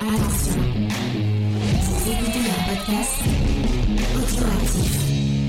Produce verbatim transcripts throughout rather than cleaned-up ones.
Attention, vous écoutez un podcast audioactif.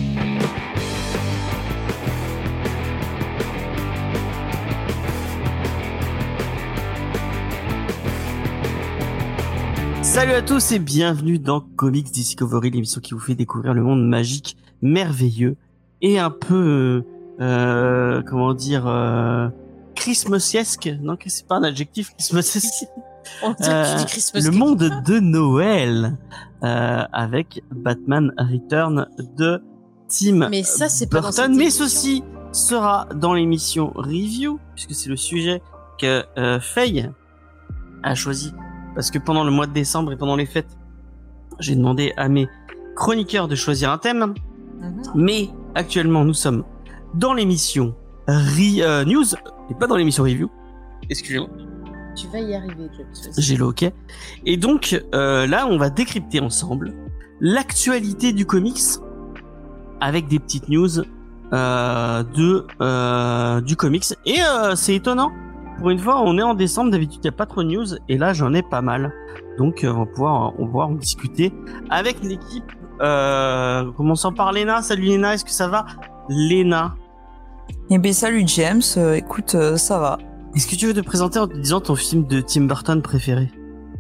Salut à tous et bienvenue dans Comics Discovery, l'émission qui vous fait découvrir le monde magique, merveilleux et un peu, euh, euh, comment dire, euh, christmasiesque. Non, c'est pas un adjectif, christmasiesque. On dirait Euh, que tu dis Christmas. le monde de Noël euh, avec Batman Return de Tim Mais ça, c'est pas dans Burton. cette Mais émission. ceci sera dans l'émission Review puisque c'est le sujet que euh, Faye a choisi. Parce que pendant le mois de décembre et pendant les fêtes, j'ai demandé à mes chroniqueurs de choisir un thème. Mm-hmm. Mais actuellement, nous sommes dans l'émission Re- euh, News et pas dans l'émission Review. Excusez-moi. Tu vas y arriver, James. J'ai le hockey. Et donc, euh, là, on va décrypter ensemble l'actualité du comics avec des petites news euh, de euh, du comics. Et euh, c'est étonnant. Pour une fois, on est en décembre. D'habitude, il n'y a pas trop de news. Et là, j'en ai pas mal. Donc, euh, on va pouvoir, on va pouvoir en discuter avec l'équipe. Euh, commençons par Léna. Salut Léna, est-ce que ça va? Léna. Eh bien, salut James. Euh, écoute, euh, ça va. Est-ce que tu veux te présenter en te disant ton film de Tim Burton préféré?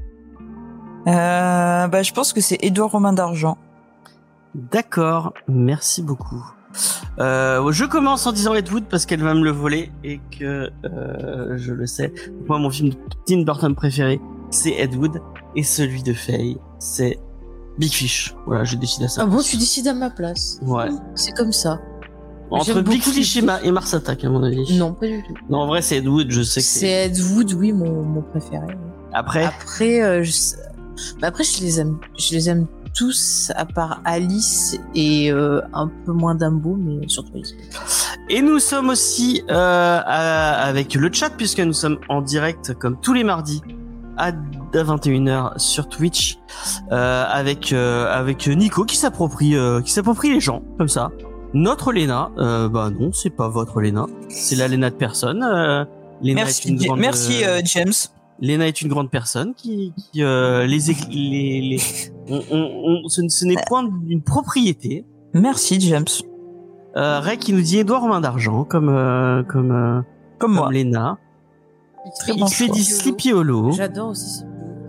Euh, bah, je pense que c'est Édouard Romain d'Argent. D'accord, merci beaucoup. Euh, je commence en disant Ed Wood parce qu'elle va me le voler et que euh, je le sais. Moi, mon film de Tim Burton préféré, c'est Ed Wood et celui de Faye, c'est Big Fish. Voilà, je décide à ça. Ah bon, tu décides à ma place. Ouais. C'est comme ça. Entre J'aime Big beaucoup Fish les et, Ma- et Mars Attack, à mon avis. Non, pas du tout. Non, en vrai, c'est Ed Wood, je sais que C'est c'est. Ed Wood, oui, mon, mon préféré. Après, Après, euh, je... Bah après, je les aime, je les aime tous, à part Alice et euh, un peu moins Dumbo, mais surtout Alice. et nous sommes aussi euh, à- avec le chat puisque nous sommes en direct comme tous les mardis à vingt et une heures sur Twitch euh, avec euh, avec Nico qui s'approprie euh, qui s'approprie les gens comme ça. Notre Léna, euh, bah non, c'est pas votre Léna, c'est la Léna de personne. Euh, Léna est Merci, une grande, merci euh, euh, James. Léna est une grande personne qui, qui euh, les, éc- les, les on, on, on, ce, ce n'est point d'une propriété. Merci James. Euh, Ray qui nous dit Édouard Romain d'Argent comme euh, comme euh, Comme moi. comme Léna. Très Il bon fait choix. du Sleepy Hollow. J'adore aussi.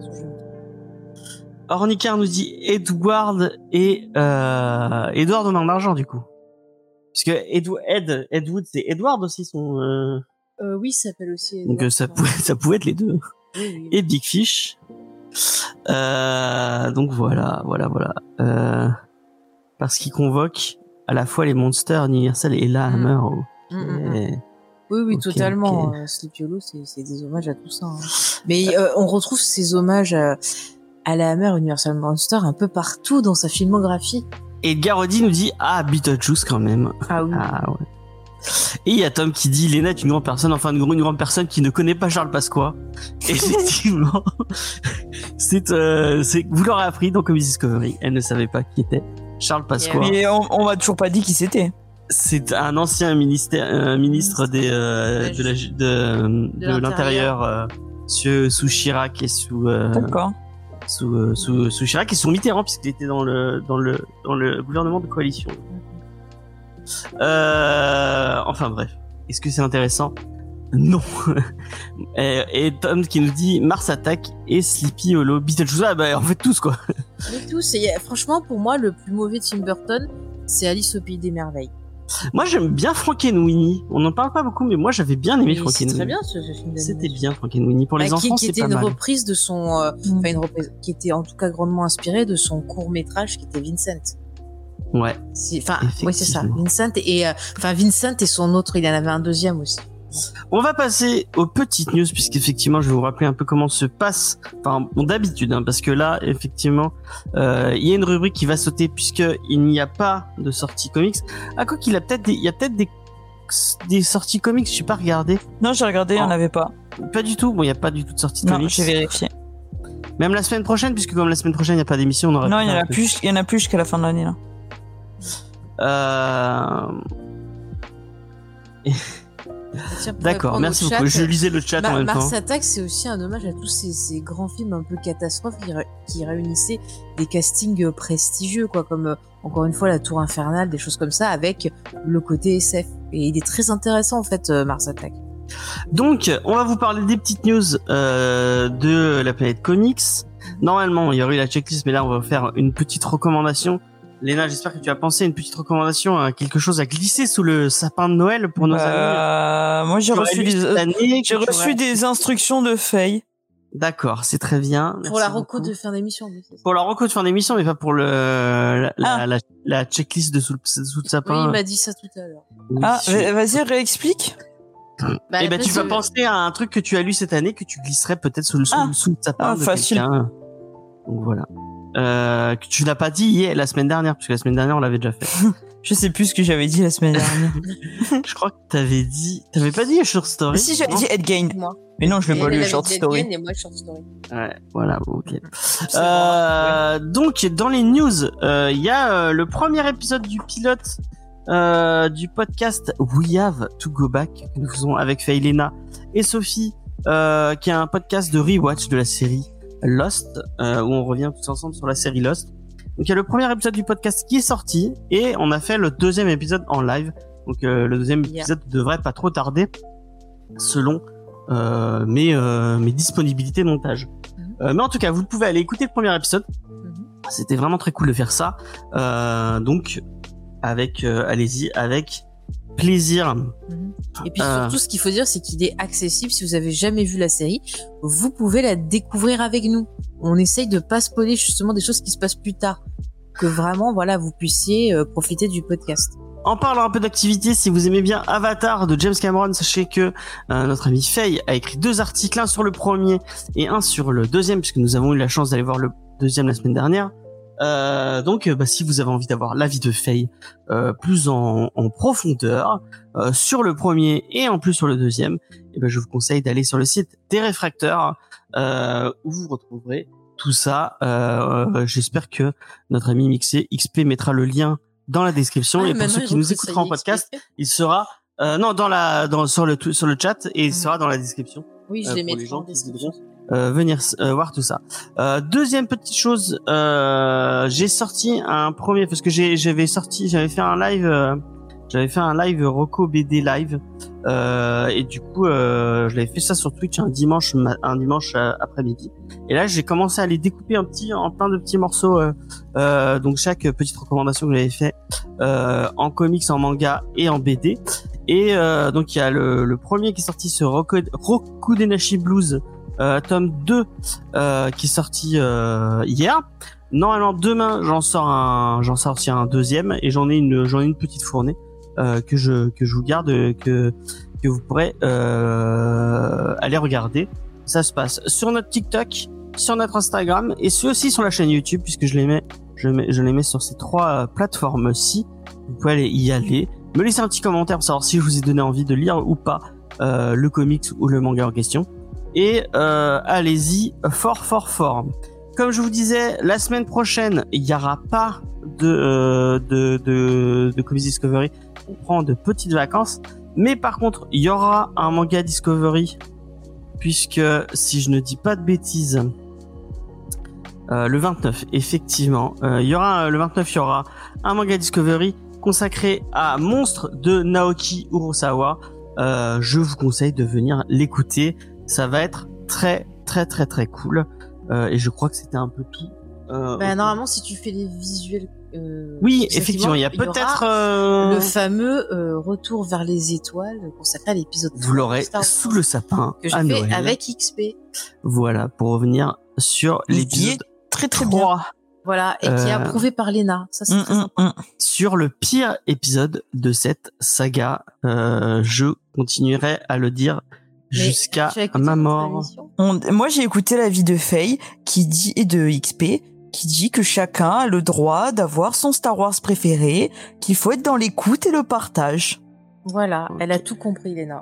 Ornicar nous dit Edward et euh, Edward Romain d'Argent du coup. Parce que Ed, Ed, Ed Wood c'est Edward aussi son. Euh... Euh, oui, ça s'appelle aussi. Donc euh, ça pouvait ça pouvait être les deux. Oui, oui. Et Big Fish. Euh, donc voilà, voilà, voilà. Euh, parce qu'il convoque à la fois les monsters Universal et la Hammer. Mm. Oh. Mm, mm, mm. Et- Oui, oui, Ok, totalement. ok. Euh, Sleepy Hollow, c'est, c'est des hommages à tout ça. hein. Mais euh, on retrouve ces hommages à, à la Hammer Universal Monster un peu partout dans sa filmographie. Et Garodi nous dit ah Beetlejuice quand même. Ah oui. Ah ouais. Et il y a Tom qui dit Léna est une grande personne, enfin une, une grande personne qui ne connaît pas Charles Pasqua. Effectivement, c'est euh, c'est vous l'aurez appris dans Comics Discovery. Elle ne savait pas qui était Charles Pasqua. Mais on, on m'a toujours pas dit qui c'était. C'est un ancien ministère, euh, ministre des euh, de, la, de, de, de l'Intérieur. l'intérieur euh, sous, sous Chirac et sous euh, D'accord. sous, euh, sous sous Chirac et sous Mitterrand puisqu'il était dans le dans le dans le gouvernement de coalition. Euh, enfin bref, est-ce que c'est intéressant? Non. et, et Tom qui nous dit Mars Attack et Sleepy Hollow, Beetlejuice. Ah bah en fait tous quoi. Mais tout, c'est, franchement, pour moi, le plus mauvais Tim Burton, c'est Alice au Pays des Merveilles. Moi j'aime bien Frankenweenie. On n'en parle pas beaucoup, mais moi j'avais bien aimé Et c'est Frankenweenie. très bien ce, ce film d'animation. C'était bien Frankenweenie pour les Bah, enfants, qui, qui c'est était pas une mal. reprise de son, euh, Mm. enfin une reprise, qui était en tout cas grandement inspirée de son court métrage qui était Vincent. Ouais. C'est- Enfin, oui, c'est ça. Effectivement. Vincent et, euh, enfin Vincent et son autre, il en avait un deuxième aussi. On va passer aux petites news puisqu'effectivement je vais vous rappeler un peu comment se passe, enfin bon, d'habitude hein, parce que là effectivement euh, il y a une rubrique qui va sauter puisque il n'y a pas de sortie comics. Ah quoi qu'il a peut-être des, il y a peut-être des des sorties comics, je suis pas regardé. Non, j'ai regardé, il n'y en Oh. avait pas. Pas du tout. Bon, il y a pas du tout de sortie Non, comics. j'ai vérifié. Même la semaine prochaine puisque comme la semaine prochaine il n'y a pas d'émission, on aura. Non, il y en a plus, il y en a plus jusqu'à la fin de l'année là. Euh... Tiens, pour D'accord, répondre merci au beaucoup. chat, Je lisais le chat Ma- en même Mars temps. Attack, c'est aussi un hommage à tous ces, ces grands films un peu catastrophes qui, ré- qui réunissaient des castings euh, prestigieux, quoi, comme euh, encore une fois la Tour Infernale, des choses comme ça, avec le côté S F. Et il est très intéressant en fait, euh, Mars Attack. Donc, on va vous parler des petites news euh, de la planète comics. Normalement, il y aurait eu la checklist, mais là, on va faire une petite recommandation. Léna, j'espère que tu as pensé à une petite recommandation, à quelque chose à glisser sous le sapin de Noël pour nos amis. Euh, moi, j'ai Tu aurais reçu lu des, cette année, que j'ai tu reçu aurais- des instructions de Faye. D'accord, c'est très bien. Pour Merci la reco beaucoup. de fin d'émission. oui, c'est ça. Pour la reco de fin d'émission, mais pas pour le la, Ah. la, la checklist de sous le, sous le Oui, sapin. il m'a dit ça tout à l'heure. Oui, Ah, je- va- vas-y, réexplique. Bah, Eh ben, tu parce vas que- penser à un truc que tu as lu cette année que tu glisserais peut-être sous le, sous, Ah. sous le sapin Ah, de facile. quelqu'un. Donc voilà. Euh, que tu l'as pas dit hier, la semaine dernière, parce que la semaine dernière on l'avait déjà fait. Je sais plus ce que j'avais dit la semaine dernière. Je crois que t'avais dit, t'avais pas dit Short Story. si, j'avais non dit Endgame. Moi. Mais non, je l'ai Et pas elle lu, avait Short dit Story. Endgame Et moi, Short Story. Ouais, voilà, bon, ok. C'est Euh, donc dans les news, euh, il y a euh, le premier épisode du pilote euh, du podcast We Have to Go Back que nous faisons avec Faylena et Sophie, euh, qui est un podcast de rewatch de la série Lost, euh, où on revient tous ensemble sur la série Lost. Donc il y a le premier épisode du podcast qui est sorti et on a fait le deuxième épisode en live. Donc euh, le deuxième Yeah. épisode devrait pas trop tarder selon euh, mes, euh, mes disponibilités de montage. Euh, mais en tout cas, vous pouvez aller écouter le premier épisode. Mhm. C'était vraiment très cool de faire ça. Euh, donc, avec, euh, allez-y, avec plaisir. Mhm. Et puis Euh. surtout, ce qu'il faut dire, c'est qu'il est accessible. Si vous avez jamais vu la série, vous pouvez la découvrir avec nous. On essaye de pas spoiler justement des choses qui se passent plus tard, que vraiment, voilà, vous puissiez euh, profiter du podcast. En parlant un peu d'activité, si vous aimez bien Avatar de James Cameron, sachez que euh, notre ami Faye a écrit deux articles, un sur le premier et un sur le deuxième, puisque nous avons eu la chance d'aller voir le deuxième la semaine dernière. Euh, donc, euh, bah, si vous avez envie d'avoir l'avis de Faye euh, plus en, en profondeur euh, sur le premier et en plus sur le deuxième, eh ben, je vous conseille d'aller sur le site des Réfracteurs euh, où vous retrouverez tout ça. Euh, j'espère que notre ami Mixé X P mettra le lien dans la description Ah, et pour maintenant, ceux ils qui ont nous pris écouteront ça, en il podcast, explique. il sera euh, non dans la dans sur le sur le chat et il Mhm. sera dans la description Oui, je euh, les pour les mettrai gens en qui description. euh, venir euh, voir tout ça. Euh, deuxième petite chose, euh, j'ai sorti un premier parce que j'ai j'avais sorti j'avais fait un live euh, j'avais fait un live Rocco B D live euh, et du coup euh, je l'avais fait ça sur Twitch un dimanche ma- un dimanche euh, après-midi et là j'ai commencé à les découper un petit en plein de petits morceaux euh, euh, donc chaque petite recommandation que j'avais fait euh, en comics, en manga et en B D. Et euh, donc il y a le, le premier qui est sorti sur Roku, Rokudenashi Blues, euh, tome deux, euh, qui est sorti euh, hier. Normalement demain j'en sors un, j'en sors aussi un deuxième et j'en ai une, j'en ai une petite fournée euh, que je que je vous garde, que que vous pourrez euh, aller regarder. Ça se passe sur notre TikTok, sur notre Instagram et c'est aussi sur la chaîne YouTube puisque je les mets, je mets, je les mets sur ces trois euh, plateformes-ci. Vous pouvez aller y aller. Me laisser un petit commentaire pour savoir si je vous ai donné envie de lire ou pas euh, le comics ou le manga en question. Et euh, allez-y fort fort fort. Comme je vous disais, la semaine prochaine, il n'y aura pas de, euh, de, de, de Comics Discovery. On prend de petites vacances. Mais par contre, il y aura un manga Discovery. Puisque, si je ne dis pas de bêtises, euh, le vingt-neuf, effectivement, euh, il y aura, euh, le vingt-neuf, il y aura un manga Discovery consacré à Monstre de Naoki Urasawa. Euh, je vous conseille de venir l'écouter. Ça va être très, très, très, très cool. Euh, et je crois que c'était un peu tout. Euh, Bah, normalement, si tu fais les visuels. Euh, oui, effectivement, il y a peut-être. Euh... le fameux euh, retour vers les étoiles consacré à l'épisode. Vous l'aurez Star Wars sous le sapin que à j'ai fait Noël. avec X P. Voilà, pour revenir sur Il l'épisode est très très bien. trois. Voilà, et qui est Euh, approuvé par Léna. Ça, c'est Hum, très hum, sympa. hum. Sur le pire épisode de cette saga. Euh, je continuerai à le dire Mais jusqu'à tu as écouté ma notre mort. émission On- moi, j'ai écouté l'avis de Faye qui dit et de X P qui dit que chacun a le droit d'avoir son Star Wars préféré, qu'il faut être dans l'écoute et le partage. Voilà, Ok. elle a tout compris, Léna.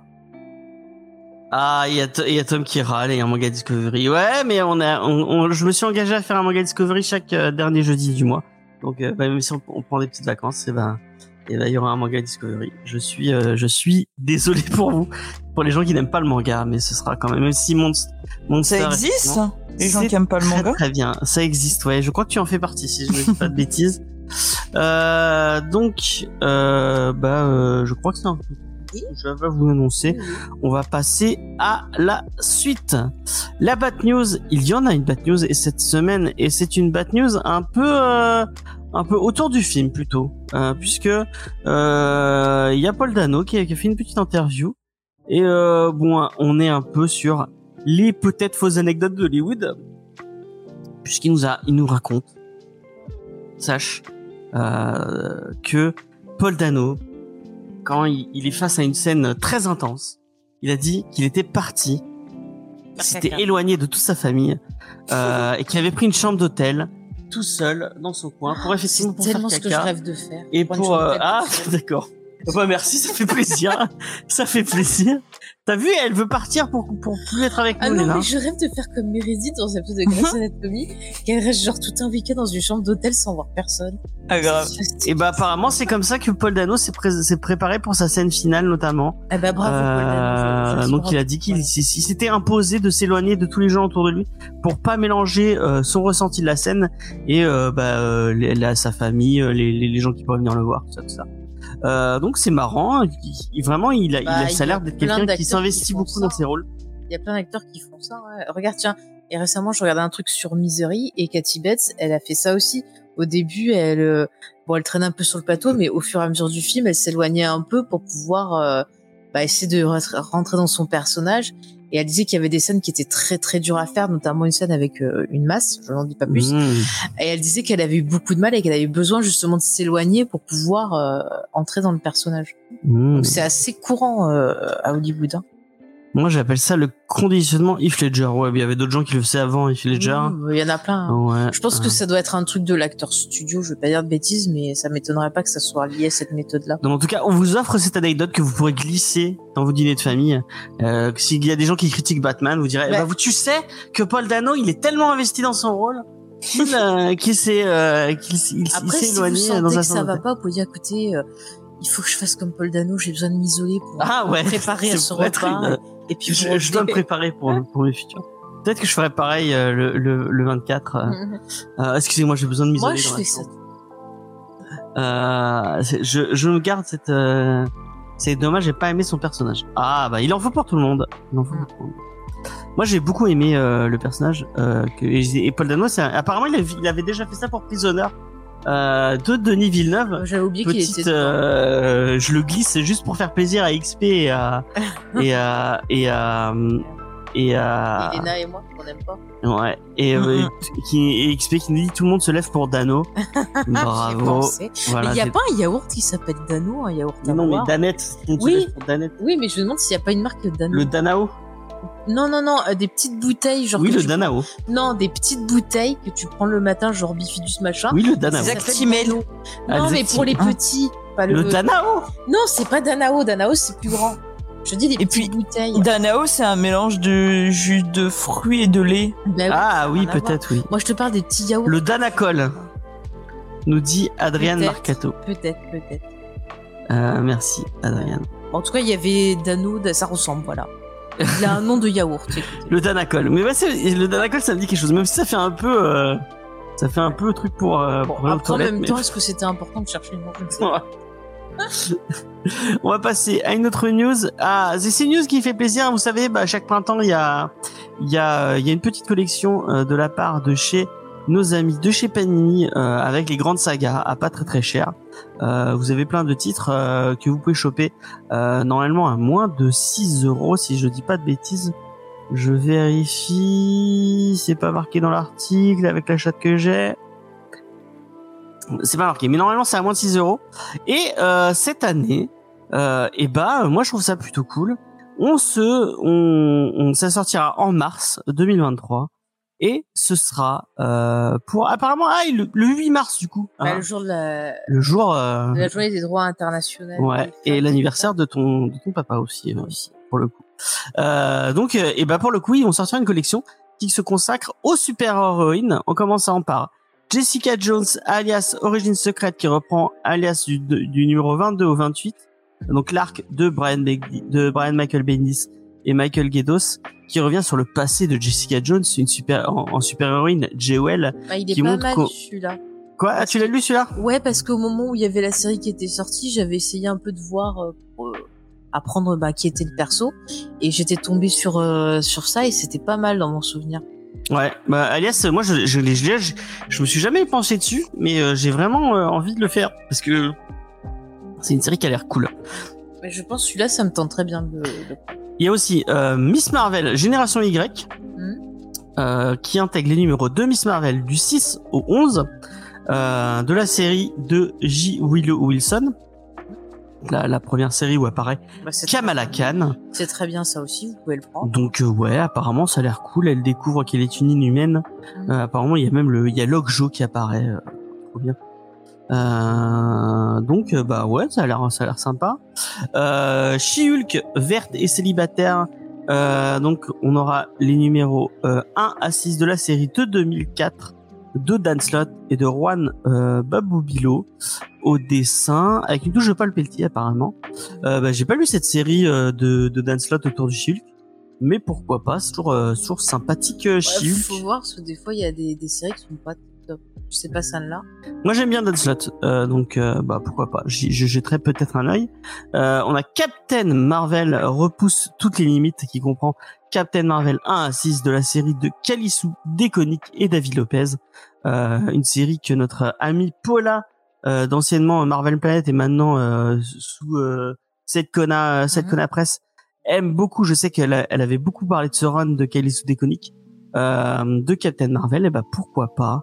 Ah, il y a, il y a Tom qui râle et un manga Discovery. Ouais, mais on a, on, on- je me suis engagé à faire un manga Discovery chaque euh, dernier jeudi du mois. Donc, euh, bah, même si on, on prend des petites vacances, et ben, et là il y aura un manga Discovery. Je suis, euh, je suis désolé pour vous, pour les gens qui n'aiment pas le manga, mais ce sera quand même, même si Monst- Monster. Ça existe, les gens c'est qui aiment pas le très, manga. Très bien, ça existe, ouais. Je crois que tu en fais partie, si je ne dis pas de bêtises. Euh, donc, euh, bah, euh, je crois que c'est un peu tout. Je vais vous annoncer. On va passer à la suite. La Bat News, il y en a une Bat News et cette semaine, et c'est une Bat News un peu, euh, un peu autour du film plutôt, euh, puisque euh, il y a Paul Dano qui a, qui a fait une petite interview et euh, bon, on est un peu sur les peut-être fausses anecdotes d'Hollywood, puisqu'il nous a, il nous raconte, sache, euh, que Paul Dano, quand il, il est face à une scène très intense, il a dit qu'il était parti, qu'il s'était éloigné de toute sa famille, euh, et qu'il avait pris une chambre d'hôtel, tout seul, dans son coin, pour effectivement C'est pour faire tellement ce que je caca. rêve de faire. Et Prendre pour, une euh, tête ah, tout seul. d'accord. Bah, merci, ça fait plaisir. Ça fait plaisir. T'as vu, elle veut partir pour, pour plus être avec Ah nous, non, Léna. mais je rêve de faire comme Meredith dans un épisode de Grey's Anatomy, qu'elle reste genre tout un week-end dans une chambre d'hôtel sans voir personne. Ah, grave. Et bah, apparemment, c'est comme ça que Paul Dano s'est, pré- s'est préparé pour sa scène finale, notamment. Ah bah bravo, Paul Dano, je- Euh, je donc suis il a bravo. dit qu'il Ouais. il s'était imposé de s'éloigner de tous les gens autour de lui pour pas mélanger euh, son ressenti de la scène et euh, bah, euh, les, la, sa famille, euh, les, les, les gens qui pourraient venir le voir, tout ça, tout ça. Euh, donc c'est marrant. Il, il- vraiment, il a, il Bah, a, il ça a y a l'air d'être plein quelqu'un d'acteurs qui qui s'investit font beaucoup ça. dans ses rôles. Il y a plein d'acteurs qui font ça. Ouais. Regarde, tiens, et récemment, je regardais un truc sur Misery et Kathy Bates, elle a fait ça aussi. Au début, elle, euh, bon, elle traînait un peu sur le plateau, mais au fur et à mesure du film, elle s'éloignait un peu pour pouvoir euh, bah, essayer de re- rentrer dans son personnage. Et elle disait qu'il y avait des scènes qui étaient très très dures à faire, notamment une scène avec euh, une masse. Je n'en dis pas plus. Mmh. Et elle disait qu'elle avait eu beaucoup de mal et qu'elle avait besoin justement de s'éloigner pour pouvoir euh, entrer dans le personnage. Mmh. Donc c'est assez courant euh, à Hollywood. Hein. Moi, j'appelle ça le conditionnement Heath Ledger. Ouais, mais il y avait d'autres gens qui le faisaient avant Heath Ledger. Mmh, il y en a plein. Hein. Ouais. Je pense que ça doit être un truc de l'acteur studio. Je vais pas dire de bêtises, mais ça m'étonnerait pas que ça soit lié à cette méthode-là. Donc, en tout cas, on vous offre cette anecdote que vous pourrez glisser dans vos dîners de famille. Euh, s'il y a des gens qui critiquent Batman, vous direz, Bah. bah, vous, tu sais que Paul Dano, il est tellement investi dans son rôle qu'il, euh, qu'il s'est, euh, qu'il s- il, s- il Après, s'est si vous éloigné sentez dans un que ça centre va d'hôtel. pas, vous pouvez dire, écoutez, euh, il faut que je fasse comme Paul Dano. J'ai besoin de m'isoler pour Ah ouais. préparer à C'est ce pour être repas. une- Et puis vous Je, je dois me revenez. préparer pour, pour mes futurs. Peut-être que je ferai pareil euh, le, le, le vingt-quatre. Euh, Mhm. euh, excusez-moi, j'ai besoin de m'isoler. Moi, je dans la fais ça. chambre. Euh, c'est- je, je me garde cette. Euh... C'est dommage, j'ai pas aimé son personnage. Ah bah il en faut pour tout le monde. Il en faut pour tout le monde. Moi j'ai beaucoup aimé euh, le personnage euh, que et Paul Dano. C'est un- apparemment il avait, il avait déjà fait ça pour Prisoner euh, de Denis Villeneuve. J'avais oublié qu'il Petite, était dedans. euh, je le glisse juste pour faire plaisir à X P et à et à et à et à Elena et moi, on n'aime pas. ouais et euh, Mhm. qui et X P qui nous dit tout le monde se lève pour Dano. J'y ai Bravo. pensé. Voilà. mais il y a c'est- pas un yaourt qui s'appelle Dano, un yaourt à non mais boire. Danette. Tout le monde se Oui. lève pour Danette. Oui, mais je me demande s'il y a pas une marque Dano. Le Danao. Non, non, non, euh, des petites bouteilles, genre. Oui que le tu- Danao. Non, des petites bouteilles que tu prends le matin, genre bifidus machin. Oui le Ça Danao. s'appelle Actimel. Dano. Ah, Non, les mais pour les Actimel. petits, pas le. Le Danao. Non, c'est pas Danao. Danao, c'est plus grand. Je dis des Et petites puis, bouteilles. Danao, c'est un mélange de jus de fruits et de lait. Bah oui, Ah oui rien à voir. peut-être oui. Moi, je te parle des petits yaourts. Le Danacol. Nous dit Adrienne Peut-être. Marcato. Peut-être, peut-être. Euh, merci Adrienne. En tout cas, il y avait Dano, ça ressemble, voilà. Il a un nom de yaourt. écoutez. Le Danacol. Mais ouais, c'est, le Danacol, ça me dit quelque chose. Même si ça fait un peu, euh, ça fait un peu le truc pour, euh, Bon, pour aller aux après, en toilettes, même mais- temps, est-ce que c'était important de chercher le nom? Je ne sais pas. On va passer à une autre news. Ah, c'est une news qui fait plaisir. Vous savez, bah, chaque printemps, il y a, il y a, il y a une petite collection euh, de la part de chez nos amis de chez Panini euh, avec les grandes sagas à pas très très cher. Euh, vous avez plein de titres euh, que vous pouvez choper euh, normalement à moins de six euros si je dis pas de bêtises. Je vérifie, c'est pas marqué dans l'article avec la chatte que j'ai. C'est pas marqué, mais normalement c'est à moins de six euros. Et euh, cette année, euh, et bah moi je trouve ça plutôt cool. On se, on, on ça sortira en mars deux mille vingt-trois et ce sera euh, pour apparemment ah le, le huit mars du coup, Bah, hein, le jour de la, le jour euh, de la journée des droits internationaux. ouais et l'anniversaire de ton de ton papa aussi euh, pour le coup. Euh, donc euh, et bah pour le coup ils vont sortir une collection qui se consacre aux super héroïnes en commençant par Jessica Jones, alias Origine Secrète, qui reprend alias du, du numéro vingt-deux au vingt-huit. Donc l'arc de Brian, Be- de Brian Michael Bendis et Michael Gaydos, qui revient sur le passé de Jessica Jones, une super en, en super héroïne, J O L. Bah, il est qui pas montre mal qu'au- celui-là. Quoi, ah, tu l'as lu celui-là? Ouais, parce qu'au moment où il y avait la série qui était sortie, j'avais essayé un peu de voir euh, pour euh, apprendre bah, qui était le perso, et j'étais tombée sur euh, sur ça et c'était pas mal dans mon souvenir. Ouais, bah alias, moi je je, l'ai- je, je, je me suis jamais penché dessus, mais euh, j'ai vraiment euh, envie de le faire parce que c'est une série qui a l'air cool. Mais je pense que celui-là, ça me tente très bien de. de... Il y a aussi euh, Miss Marvel Génération Y, Hmm. euh, qui intègre les numéros de Miss Marvel du six au onze euh, de la série de J. Willow Wilson, la, la première série où apparaît Bah, c'est Kamala très- Khan. C'est très bien ça aussi, vous pouvez le prendre. Donc euh, ouais, apparemment ça a l'air cool. Elle découvre qu'elle est une inhumaine. Mhm. Euh, apparemment il y a même le, il y a Lockjaw qui apparaît. Euh, trop bien. Euh, donc euh, bah ouais, ça a l'air, ça a l'air sympa. Euh, She-Hulk verte et célibataire. Euh, donc on aura les numéros euh, un à six de la série de deux mille quatre de Dan Slott et de Juan euh, Babubilo au dessin avec une touche de Paul Pelletier apparemment. Euh, bah, j'ai pas lu cette série euh, de, de Dan Slott autour du She-Hulk, mais pourquoi pas, c'est toujours, euh, toujours sympathique euh, Ouais, She-Hulk. faut voir parce que des fois il y a des, des séries qui sont pas top. Je sais pas celle-là. Moi j'aime bien Dan Slott, euh, donc euh, bah pourquoi pas. J'y je jetterai peut-être un œil. Euh, on a Captain Marvel repousse toutes les limites, qui comprend Captain Marvel un à six de la série de Calisu, Déconique et David Lopez. Euh, une série que notre amie Paula, euh, d'anciennement Marvel Planet et maintenant euh, sous euh, cette Kona, cette Mhm. Kona Press, aime beaucoup. Je sais qu'elle a- elle avait beaucoup parlé de ce run de Calisu Déconique, euh, de Captain Marvel. Et bah pourquoi pas.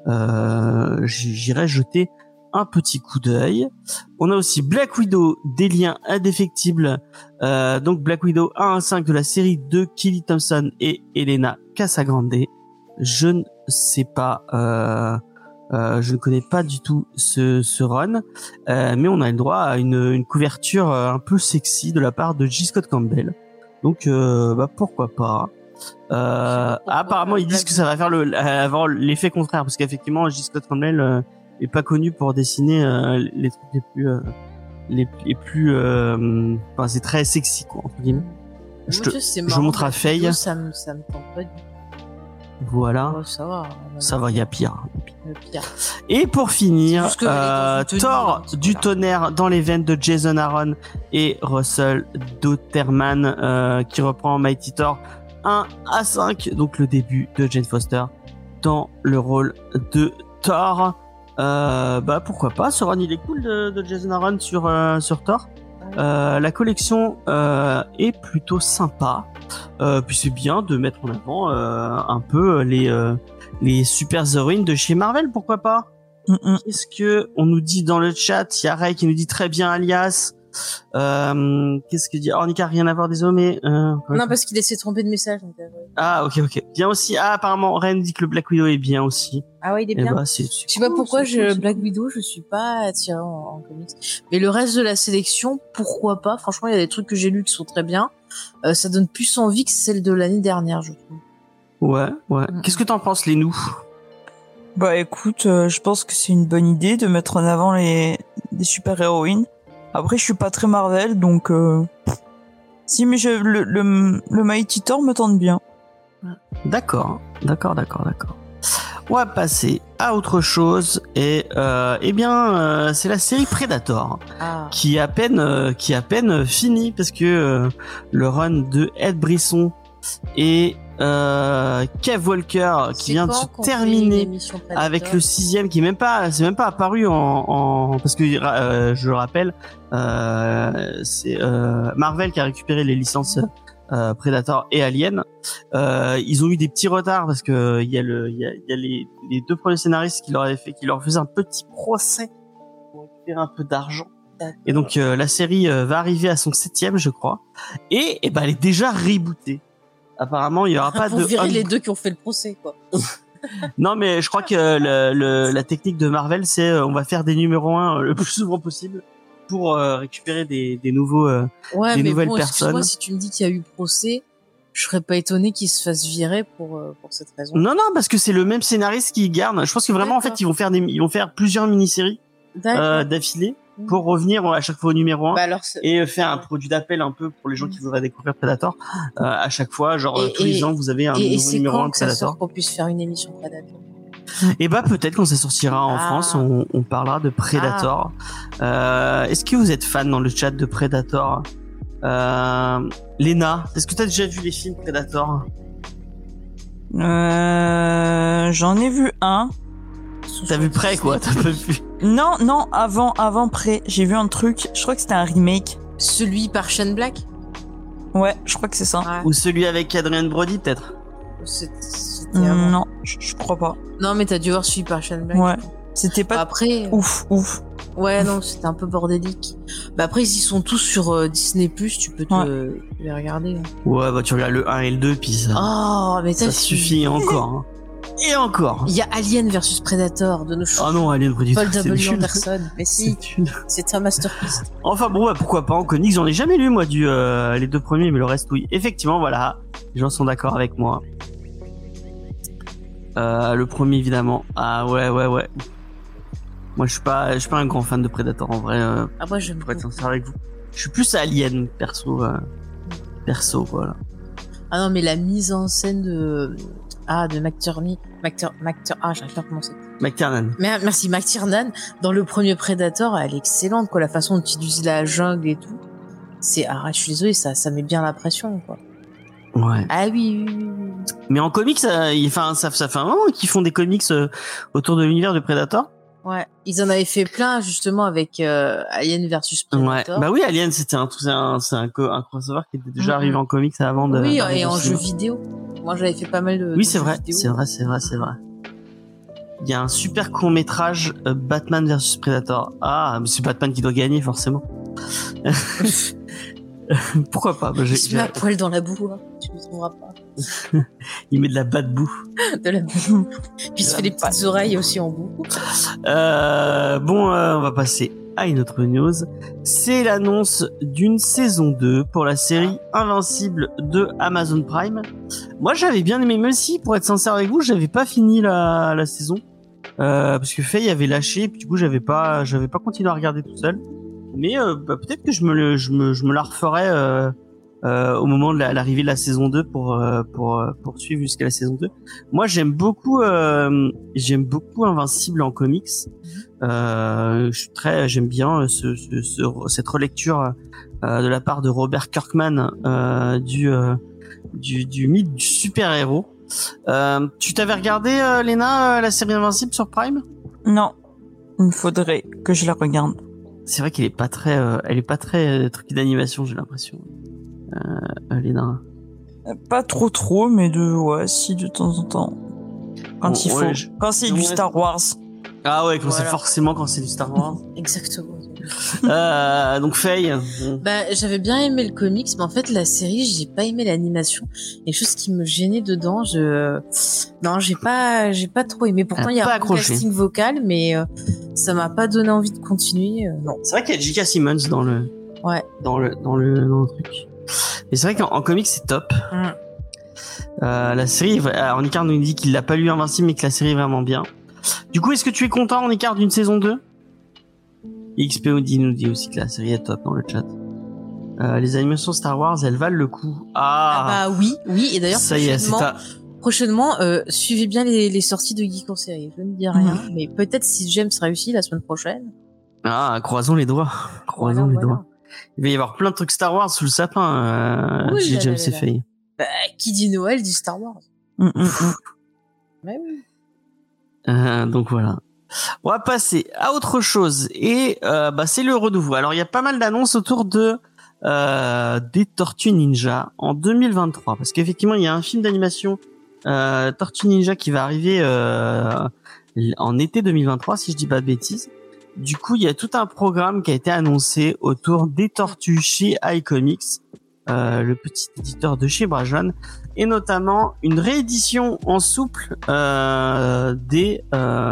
Euh, j- j'irai jeter un petit coup d'œil. On a aussi Black Widow, des liens indéfectibles. Euh, donc Black Widow un à cinq de la série de Kelly Thompson et Elena Casagrande. Je ne sais pas, euh, euh, je ne connais pas du tout ce, ce run, euh, mais on a le droit à une, une couverture euh, un peu sexy de la part de J. Scott Campbell. Donc euh, bah pourquoi pas. Euh, pourquoi, apparemment, ils disent que ça va faire le, avoir l'effet contraire, parce qu'effectivement, J. Scott Campbell euh, est pas connu pour dessiner euh, les trucs les plus, euh, les, les plus, euh, enfin, c'est très sexy, quoi, entre guillemets. Je Moi, te- tu sais, c'est je marrant, montre à Black Faye. Widow, Ça me, ça me tente pas du tout. Voilà, Ouais, ça va. on ça va, il y a pire. Le pire. Et pour finir, C'est juste que elle est dans euh, une tenue, Thor un petit peu, du là. tonnerre dans les veines de Jason Aaron et Russell Dotterman, euh, qui reprend Mighty Thor un à cinq, donc le début de Jane Foster dans le rôle de Thor. Euh, bah pourquoi pas, ce run il est cool de, de Jason Aaron sur euh, sur Thor. Euh, la collection euh, est plutôt sympa. Euh, puis c'est bien de mettre en avant euh, un peu les euh, les super héroïnes de chez Marvel, pourquoi pas. Mm-mm. Qu'est-ce que on nous dit dans le chat? Il y a Ray qui nous dit très bien alias. Euh, qu'est-ce que dit Ornica? Rien à voir, désolé. Mais euh, Non, parce qu'il s'est trompé de message. Donc, euh, ah ok ok bien aussi. Ah apparemment Ray nous dit que le Black Widow est bien aussi. Ah ouais, il est Et bien. bah c'est. c'est Je sais pas cool, pourquoi c'est cool, je c'est Black cool. Widow, je suis pas attirée en, en comics. Mais le reste de la sélection, pourquoi pas? Franchement, il y a des trucs que j'ai lus qui sont très bien. Euh, ça donne plus envie que celle de l'année dernière, je trouve. Ouais ouais. Mm. Qu'est-ce que t'en penses, les nous? Bah écoute, euh, je pense que c'est une bonne idée de mettre en avant les, les super-héroïnes. Après, je suis pas très Marvel, donc... Euh... Si, mais je, le, le, le Mighty Thor me tente bien. D'accord, d'accord, d'accord, d'accord. On va passer à autre chose et euh, eh bien euh, c'est la série Predator Ah. qui est à peine euh, qui est à peine fini parce que euh, le run de Ed Brisson et euh, Kev Walker qui C'est vient de quand se qu'on fait une terminer émission Predator avec le sixième qui est même pas c'est même pas apparu en, en parce que euh, je le rappelle euh, c'est euh, Marvel qui a récupéré les licences euh, Predator et Alien. Euh, ils ont eu des petits retards parce que il y a le il y a, il y a les, les deux premiers scénaristes qui leur avaient fait qui leur faisaient un petit procès pour récupérer un peu d'argent. Et donc euh, la série euh, va arriver à son septième, je crois, et, et ben elle est déjà rebootée. Apparemment, il y aura pas pour de virer un- les deux qui ont fait le procès, quoi. Non, mais je crois que le, le, la technique de Marvel, c'est euh, on va faire des numéros un euh, le plus souvent possible pour euh, récupérer des, des nouveaux. Euh, Ouais, des mais nouvelles bon, excuse-moi, personnes. si tu me dis qu'il y a eu procès, je serais pas étonné qu'ils se fassent virer pour euh, pour cette raison. Non, non, parce que c'est le même scénariste qui garde. Je pense que vraiment, D'accord. en fait, ils vont faire des, ils vont faire plusieurs mini-séries D'accord. euh, d'affilée pour revenir à chaque fois au numéro un Bah alors, c'est- et faire un produit d'appel un peu pour les gens qui voudraient découvrir Predator. Euh, à chaque fois, genre Et- tous les et- ans, vous avez un et, et nouveau c'est numéro un quand de que ça Predator. sort qu'on puisse faire une émission Predator? Et bah peut-être quand ça sortira en Ah. France, on, on parlera de Predator. Euh, est-ce que vous êtes fan dans le chat de Predator? Euh, Léna, est-ce que t'as déjà vu les films Predator? Euh, j'en ai vu un. T'as vu près quoi? T'as pas vu? Non, non, avant, avant, près. J'ai vu un truc. Je crois que c'était un remake. Celui par Shane Black? Ouais, je crois que c'est ça. Ouais. Ou celui avec Adrien Brody peut-être? C'est- C'était Mm, avant. non, je, je crois pas. Non, mais t'as dû voir celui par Shane Black. Ouais. C'était pas Après, ouf, ouf. ouais, non, c'était un peu bordélique. Bah après, ils sont tous sur euh, Disney plus, tu peux te Ouais. les regarder. hein. Ouais bah tu regardes le un et le deux puis ça, Oh, mais ça t'as suffit encore. Hein. Et encore. Il y a Alien versus Predator de nos jours. Oh non, Alien Brody, Paul c'est W. nul. Anderson. Mais si, C'est nul. c'est un masterpiece. Enfin bon, bah, pourquoi pas en comics, j'en ai jamais lu moi du euh, les deux premiers, mais le reste oui. Effectivement, voilà, les gens sont d'accord avec moi. Euh, le premier évidemment. Ah ouais ouais ouais. Moi je suis pas je suis pas un grand fan de Predator en vrai. Euh, Ah, moi, j'aime pour être beaucoup. sincère avec vous, je suis plus Alien perso. Euh, perso voilà. Ah non, mais la mise en scène de, ah, de McTierney, McTier, McTier, ah, j'arrive pas à prononcer. McTiernan. Mais, merci, McTiernan, dans le premier Predator, elle est excellente, quoi, la façon dont il utilise la jungle et tout. C'est, ah, je suis désolée, ça, ça met bien la pression, quoi. Ouais. Ah oui, oui, oui, oui. Mais en comics, ça, il- enfin ça, ça fait un moment qu'ils font des comics euh, autour de l'univers de Predator. Ouais. Ils en avaient fait plein, justement, avec, euh, Alien versus Ouais. Predator. Bah oui, Alien c'était un c'est un c'est un, co- un crossover qui était déjà Mhm. arrivé en comics avant de. Oui, d'arriver et au en jeu cinéma. vidéo. Moi, j'avais fait pas mal de. Oui, de c'est jeux vrai, vidéo. c'est vrai, c'est vrai, c'est vrai. Il y a un super court métrage euh, Batman versus Predator. Ah, mais c'est Batman qui doit gagner forcément. Pourquoi pas? Bah, j'ai- Il se met à j'ai- poil dans la boue, hein. Tu ne trouveras pas. Il met de la batte boue. De la boue. Puis il se fait des petites oreilles aussi en boue. Euh, bon, euh, on va passer à une autre news. C'est l'annonce d'une saison deux pour la série Invincible de Amazon Prime. Moi, j'avais bien aimé, même si, pour être sincère avec vous, j'avais pas fini la, la saison. Euh, parce que Faye avait lâché, et puis du coup, j'avais pas, j'avais pas continué à regarder tout seul. Mais euh, bah, peut-être que je me, le, je me, je me la referai euh, euh, au moment de la- l'arrivée de la saison deux pour euh, pour euh, poursuivre jusqu'à la saison deux. Moi, j'aime beaucoup, euh, j'aime beaucoup Invincible en comics. Euh, je suis très, j'aime bien ce, ce, ce cette relecture euh, de la part de Robert Kirkman euh, du, euh, du du mythe du super héros. Euh, tu t'avais regardé euh, Léna euh, la série Invincible sur Prime? Non. Il faudrait que je la regarde. C'est vrai qu'elle est pas très, euh, elle est pas très euh, truc d'animation, j'ai l'impression. Euh, Léna. Euh, Pas trop trop, mais de, ouais, si, de temps en temps. Quand Bon, il faut. ouais, je- Quand c'est Ouais. du Star Wars. Ah ouais, quand c'est Voilà. forcément quand c'est du Star Wars. Exactement. euh, donc Faye. bon. Bah, j'avais bien aimé le comics, mais en fait, la série, j'ai pas aimé l'animation. Quelque chose qui me gênait dedans, je, non, j'ai pas, j'ai pas trop aimé. Pourtant, Ah, il y a pas un bon accroché. casting vocal, mais euh, ça m'a pas donné envie de continuer, euh, non. C'est vrai qu'il y a J K. Simmons dans le, Ouais. dans le, dans le, dans le truc. Et c'est vrai qu'en en comics c'est top. Mm. Euh, la série, alors Nicard nous dit qu'il l'a pas lu Invincible, mais que la série est vraiment bien. Du coup, est-ce que tu es content, Nicard, d'une saison deux? X P O D nous dit aussi que la série est top dans le chat. Euh, les animations Star Wars, elles valent le coup. Ah, Ah bah oui, oui, et d'ailleurs, ça y est, c'est prochainement, ta... prochainement euh, suivez bien les, les sorties de Geek en série. Je ne dis rien, mais peut-être si James réussit la semaine prochaine. Ah, croisons les doigts. Croisons Voilà, les voilà. doigts. Il va y avoir plein de trucs Star Wars sous le sapin, euh, Oui, chez là, James là, là, et là. Faye. Bah, qui dit Noël dit Star Wars. Mm, mm, mm. Ouais, oui. Euh, donc voilà. On va passer à autre chose et euh, bah c'est le renouveau. Alors il y a pas mal d'annonces autour de euh, des Tortues Ninja en deux mille vingt-trois parce qu'effectivement il y a un film d'animation euh, Tortues Ninja qui va arriver euh, en été deux mille vingt-trois si je dis pas de bêtises. Du coup il y a tout un programme qui a été annoncé autour des Tortues chez iComics, euh, le petit éditeur de chez Brajon, et notamment une réédition en souple euh, des euh,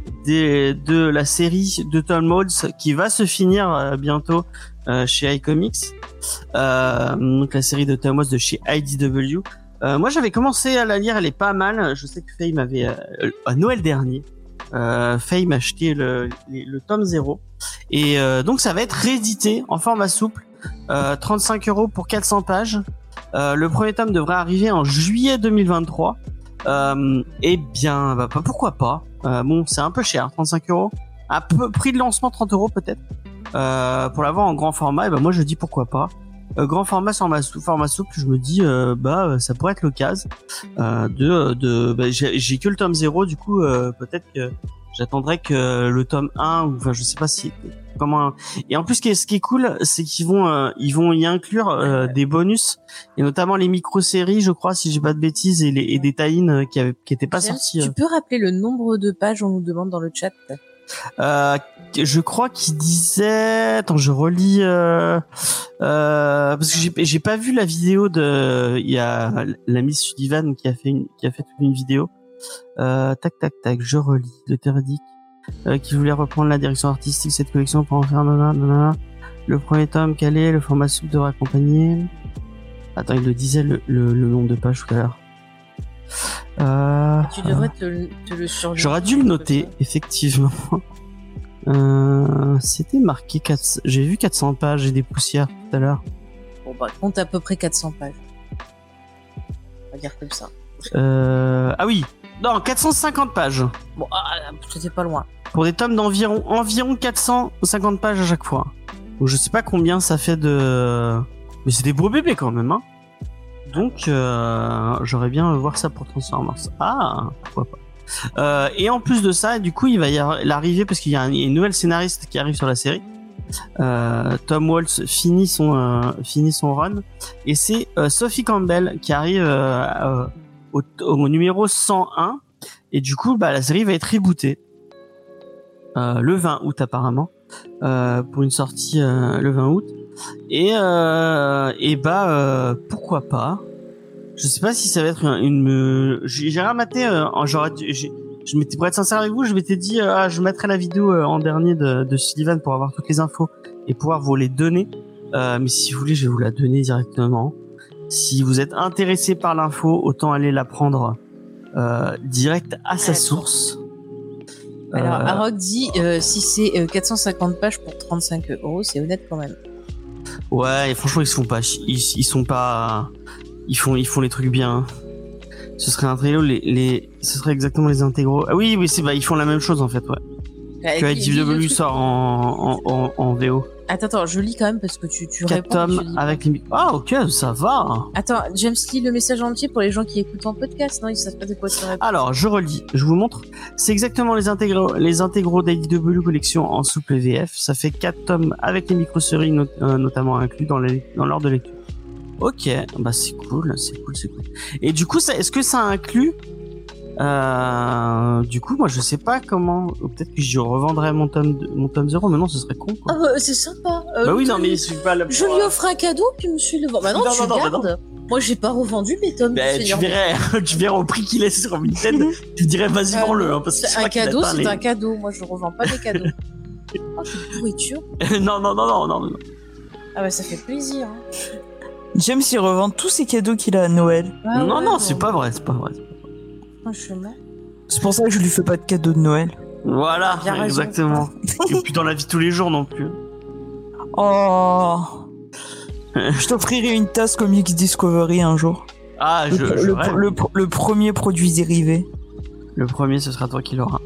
des, de la série de Tom Waltz qui va se finir euh, bientôt euh, chez iComics. Euh, donc la série de Tom Waltz de chez I D W. Euh, moi, j'avais commencé à la lire, elle est pas mal. Je sais que Faye m'avait euh, à Noël dernier. Euh, Faye m'a acheté le, le, le tome zéro et euh, donc ça va être réédité en format souple, euh, trente-cinq euros pour quatre cents pages. Euh, le premier tome devrait arriver en juillet deux mille vingt-trois. Euh, et bien, bah, pourquoi pas. Euh, bon, c'est un peu cher, trente-cinq euros. À peu prix de lancement trente euros peut-être. Euh, pour l'avoir en grand format, et ben moi je dis pourquoi pas. Euh, grand format sur ma sou- format souple, je me dis euh, bah ça pourrait être l'occasion euh, de de bah, j'ai, j'ai que le tome zéro, du coup euh, peut-être que j'attendrai que le tome un, ou enfin je sais pas si comment. Et en plus ce qui est, ce qui est cool, c'est qu'ils vont euh, ils vont y inclure euh, des bonus, et notamment les micro-séries, je crois, si j'ai pas de bêtises, et les et des tie-in qui avaient qui étaient pas James, sortis. tu euh. peux rappeler le nombre de pages, on nous demande dans le chat. Euh, je crois qu'il disait, attends, je relis, euh, euh, parce que j'ai, j'ai pas vu la vidéo de, il y a la Miss Sullivan qui a fait une, qui a fait toute une vidéo. Euh, tac, tac, tac, je relis. De Terdic, euh, qui voulait reprendre la direction artistique de cette collection pour en faire nanana, nanana. Le premier tome calé, le format souple devrait accompagner. Attends, il le disait le, le, le nombre de pages tout à l'heure. Euh, Tu devrais te, te le surligner. J'aurais dû le noter, effectivement. Euh, c'était marqué quatre... J'ai vu quatre cents pages et des poussières tout à l'heure. Bon bah, compte à peu près quatre cents pages. On va dire comme ça. Euh... Ah oui, non, quatre cent cinquante pages. Bon, ah, c'était pas loin. Pour des tomes d'environ environ quatre cent cinquante pages à chaque fois. Donc je sais pas combien ça fait de... Mais c'est des beaux bébés quand même, hein. Donc euh, j'aurais bien voir ça pour Transformers. Ah, pourquoi pas. Euh, et en plus de ça, du coup, il va y avoir l'arrivée, parce qu'il y a une nouvelle scénariste qui arrive sur la série. Euh, Tom Waltz finit son euh, finit son run, et c'est euh, Sophie Campbell qui arrive euh, euh, au, au numéro cent un, et du coup, bah la série va être rebootée euh, le vingt août apparemment, euh, pour une sortie euh, le vingt août. Et euh, et bah euh, pourquoi pas. Je sais pas si ça va être une, une j'ai, j'ai ramaté euh, en genre j'ai, je m'étais, pour être sincère avec vous, je m'étais dit euh, ah, je mettrai la vidéo euh, en dernier de, de Sullivan pour avoir toutes les infos et pouvoir vous les donner, euh, mais si vous voulez je vais vous la donner directement. Si vous êtes intéressé par l'info, autant aller la prendre euh, direct à sa source. Alors, euh, Arok dit euh, si c'est euh, quatre cent cinquante pages pour trente-cinq euros, c'est honnête quand même. Ouais, et franchement ils se font pas ils, ils sont pas ils font ils font les trucs bien. Ce serait un trio, les les ce serait exactement les intégraux. Ah oui oui, c'est bah ils font la même chose en fait, ouais. Bah, Que dis- dis I D W le truc. sort en en en, en V O. Attends, attends, je lis quand même parce que tu, tu quatre réponds. tomes tu lis. avec les ah OK, ça va. Attends, James lit le message entier pour les gens qui écoutent en podcast, non? Ils savent pas de quoi tu réponds. Alors, je relis, je vous montre. C'est exactement les intégraux, les intégraux d'I D W Collection en souple V F. Ça fait quatre tomes avec les micro-séries not- euh, notamment inclus dans, les, dans l'ordre de lecture. Ok, bah c'est cool, c'est cool, c'est cool. Et du coup, ça, est-ce que ça inclut euh, du coup, moi, je sais pas comment. ou Peut-être que je revendrais mon tome, de- mon tome zéro, mais non, ce serait con. Quoi. Ah bah, c'est sympa. Euh, bah oui, tu- non, mais je suis pas là. Je lui offre un cadeau, puis monsieur le vend. Bah non, Non, tu non, non, bah gardes. Moi, j'ai pas revendu mes tomes. Bah, du tu Seigneur des- verrais, tu verrais au prix qu'il est sur Vinted, tu dirais vas-y Ah, vends-le, hein, parce que c'est je un crois qu'il cadeau, atteint c'est les- un cadeau. Moi, je revends pas des cadeaux. Oh, quelle pourriture. non, non, non, non, non, non. Ah bah, ça fait plaisir. Hein. James, il revend tous ses cadeaux qu'il a à Noël. Ah non, ouais, non, bon, c'est pas vrai, c'est pas vrai. Franchement. C'est pour ça que je lui fais pas de cadeaux de Noël. Voilà, Bien raison. exactement. Et puis dans la vie de tous les jours non plus. Oh. Je t'offrirai une tasse Comics Discovery un jour. Ah, Le, je, le- je le- rêve. le- le premier produit dérivé. Le premier, ce sera toi qui l'auras.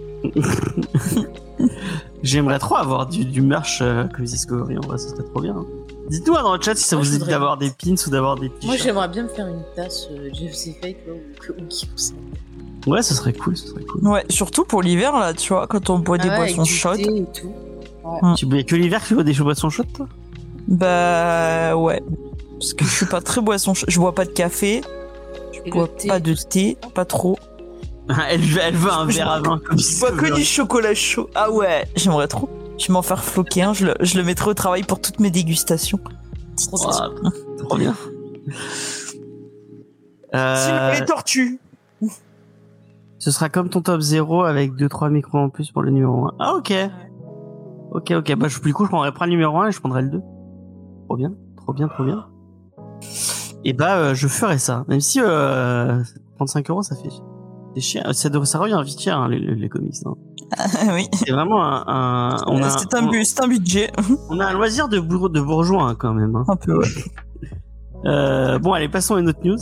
J'aimerais trop avoir du, du merch euh, Comics Discovery, en vrai, ce serait trop bien. Dites-nous dans le chat si ça Moi, vous je dit voudrais- d'avoir des pins ou d'avoir des Moi, t-shirts. j'aimerais bien me faire une tasse euh, Jeff C. Fake là, ou, ou qui ou ça. Ouais, ce serait cool, ce serait cool. Ouais, surtout pour l'hiver, là, tu vois, quand on boit des Ah ouais, boissons avec du chaudes. thé et tout. Tu bois que l'hiver que tu bois des boissons chaudes, toi? Bah, ouais. Parce que je suis pas très boisson chaude. Je bois pas de café. Je Et bois le thé. pas de thé, pas trop. elle, veut- elle veut un Je- verre à vin comme Je bois que du chocolat chaud. Ah ouais, j'aimerais trop. Je vais m'en faire floquer un, je le, je le mettrai au travail pour toutes mes dégustations. Trop bien. Ah, trop bien. Sinon, Euh, les tortues. Ce sera comme ton top zéro avec deux trois micros en plus pour le numéro un. Ah ok. Ok, ok. Bah, du coup, je prendrai pas le numéro un et je prendrai le deux. Trop bien, trop bien, trop bien. Et bah, euh, je ferai ça. Même si euh, trente-cinq euros, ça fait, c'est cher. Ça, devrait- ça revient vite cher, hein, les, les, les comics. Hein. oui. C'est vraiment un... un on a, c'est, un, on, bu- c'est un budget. on a un loisir de, bourg- de bourgeois, hein, quand même. Hein. Un peu, ouais. Euh, bon, allez, passons à une autre news.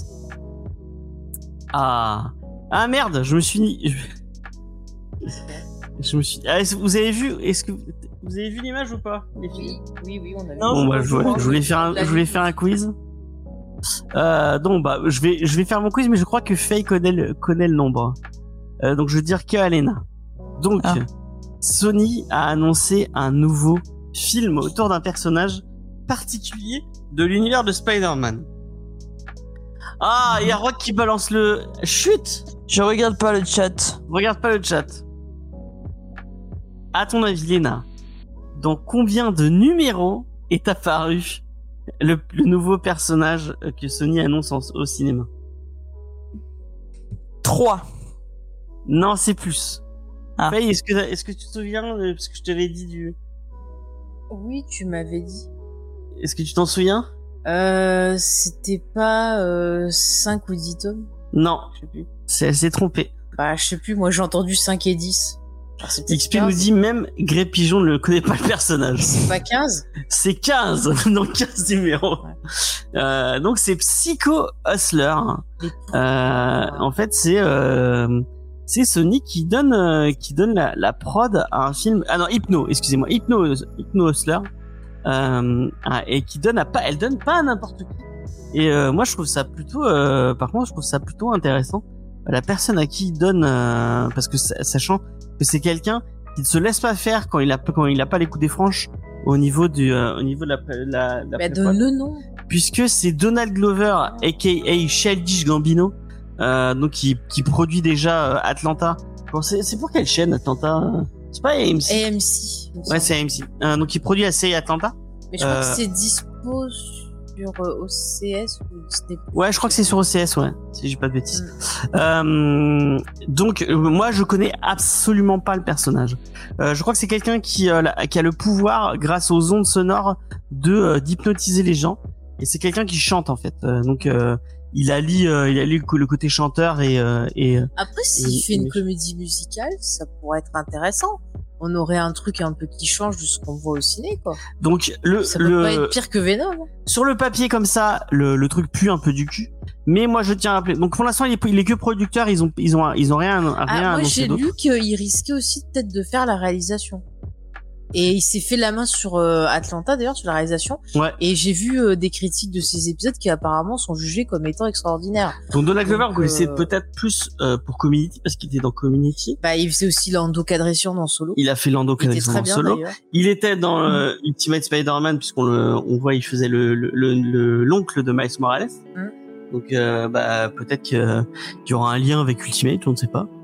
Ah, ah merde, je me suis... Je, je me suis... Ah, est-ce- vous avez vu... Est-ce que... Vous avez vu l'image ou pas, les filles? Oui, oui, oui, on a vu. Non, Bon, bah, je, voulais- je voulais faire un, je voulais faire un quiz. Euh, donc, bah, je vais, je vais faire mon quiz, mais je crois que Faye connaît le, connaît le nombre. Euh, donc, je veux dire que Alena. Donc, Ah. Sony a annoncé un nouveau film autour d'un personnage particulier de l'univers de Spider-Man. Ah, il y a Rock qui balance le... Chut! Je regarde pas le chat. Regarde pas le chat. À ton avis, Léna, dans combien de numéros est apparu le, le nouveau personnage que Sony annonce en- au cinéma? trois. Non, c'est plus. Ah. Faye, est-ce que, est-ce que tu te souviens de ce que je t'avais dit du... Oui, tu m'avais dit. Est-ce que tu t'en souviens? Euh, c'était pas euh, cinq ou dix tomes? Non, je sais plus. C'est, elle s'est trompée. Bah, je sais plus, moi j'ai entendu cinq et dix. Alors, c'est peut-être X P nous quinze. dit même Grey Pigeon ne connaît pas le personnage. C'est pas quinze? C'est quinze, donc quinze numéros. Euh, donc c'est Psycho Hustler. Les Euh, en fait, c'est euh, c'est Sony qui donne euh, qui donne la, la prod à un film. Ah non, Hypno, excusez-moi, Hypno Hypno Hustler. Euh, ah, et qui donne à pas, elle donne pas à n'importe qui. Et euh, moi, je trouve ça plutôt. Euh, par contre, je trouve ça plutôt intéressant. La personne à qui il donne, euh, parce que sachant que c'est quelqu'un qui ne se laisse pas faire quand il a quand il a pas les coups des franches au niveau du euh, au niveau de la la, la Bah, prépa. donne le nom. Puisque c'est Donald Glover aka Childish Gambino, euh, donc qui qui produit déjà euh, Atlanta. Bon, c'est c'est pour quelle chaîne Atlanta? C'est pas A M C. A M C. il me Ouais, semble. c'est A M C. Euh, donc il produit la série Atlanta. Mais je crois euh, que c'est dispo sur euh, O C S ou Disney+. Ouais, je crois que c'est sur O C S, ouais, si j'ai pas de bêtises. Euh, donc euh, moi je connais absolument pas le personnage. Euh, je crois que c'est quelqu'un qui, euh, la- qui a le pouvoir, grâce aux ondes sonores, de euh, d'hypnotiser les gens. Et c'est quelqu'un qui chante en fait. Euh, donc euh, il allie, euh, il allie le côté chanteur et euh, et Après, Et- s'il fait et- une comédie musicale, ça pourrait être intéressant. On aurait un truc un peu qui change de ce qu'on voit au ciné, quoi. donc le Ça peut pas le être pire que Venom. hein. sur le papier comme ça, le, le truc pue un peu du cul. Mais moi je tiens à rappeler. Donc pour l'instant il est, il est que producteur, ils ont ils ont ils ont rien rien Ah, moi, annoncé j'ai d'autre. lu qu'il risquait aussi peut-être de faire la réalisation. Et il s'est fait la main sur euh, Atlanta, d'ailleurs, sur la réalisation. Ouais. Et j'ai vu euh, des critiques de ces épisodes qui apparemment sont jugés comme étant extraordinaires. Donc Donald Glover, Donc, vous connaissez euh, peut-être plus euh, pour Community parce qu'il était dans Community. Bah, il faisait aussi Lando Calrissian dans Solo. Il a fait Lando Il était Calrissian très en bien, solo. d'ailleurs. Il était dans euh, Ultimate Spider-Man puisqu'on le on voit il faisait le le le- le- l'oncle de Miles Morales. Mm. Donc euh, bah peut-être que qu'il y aura un lien avec Ultimate, on ne sait pas.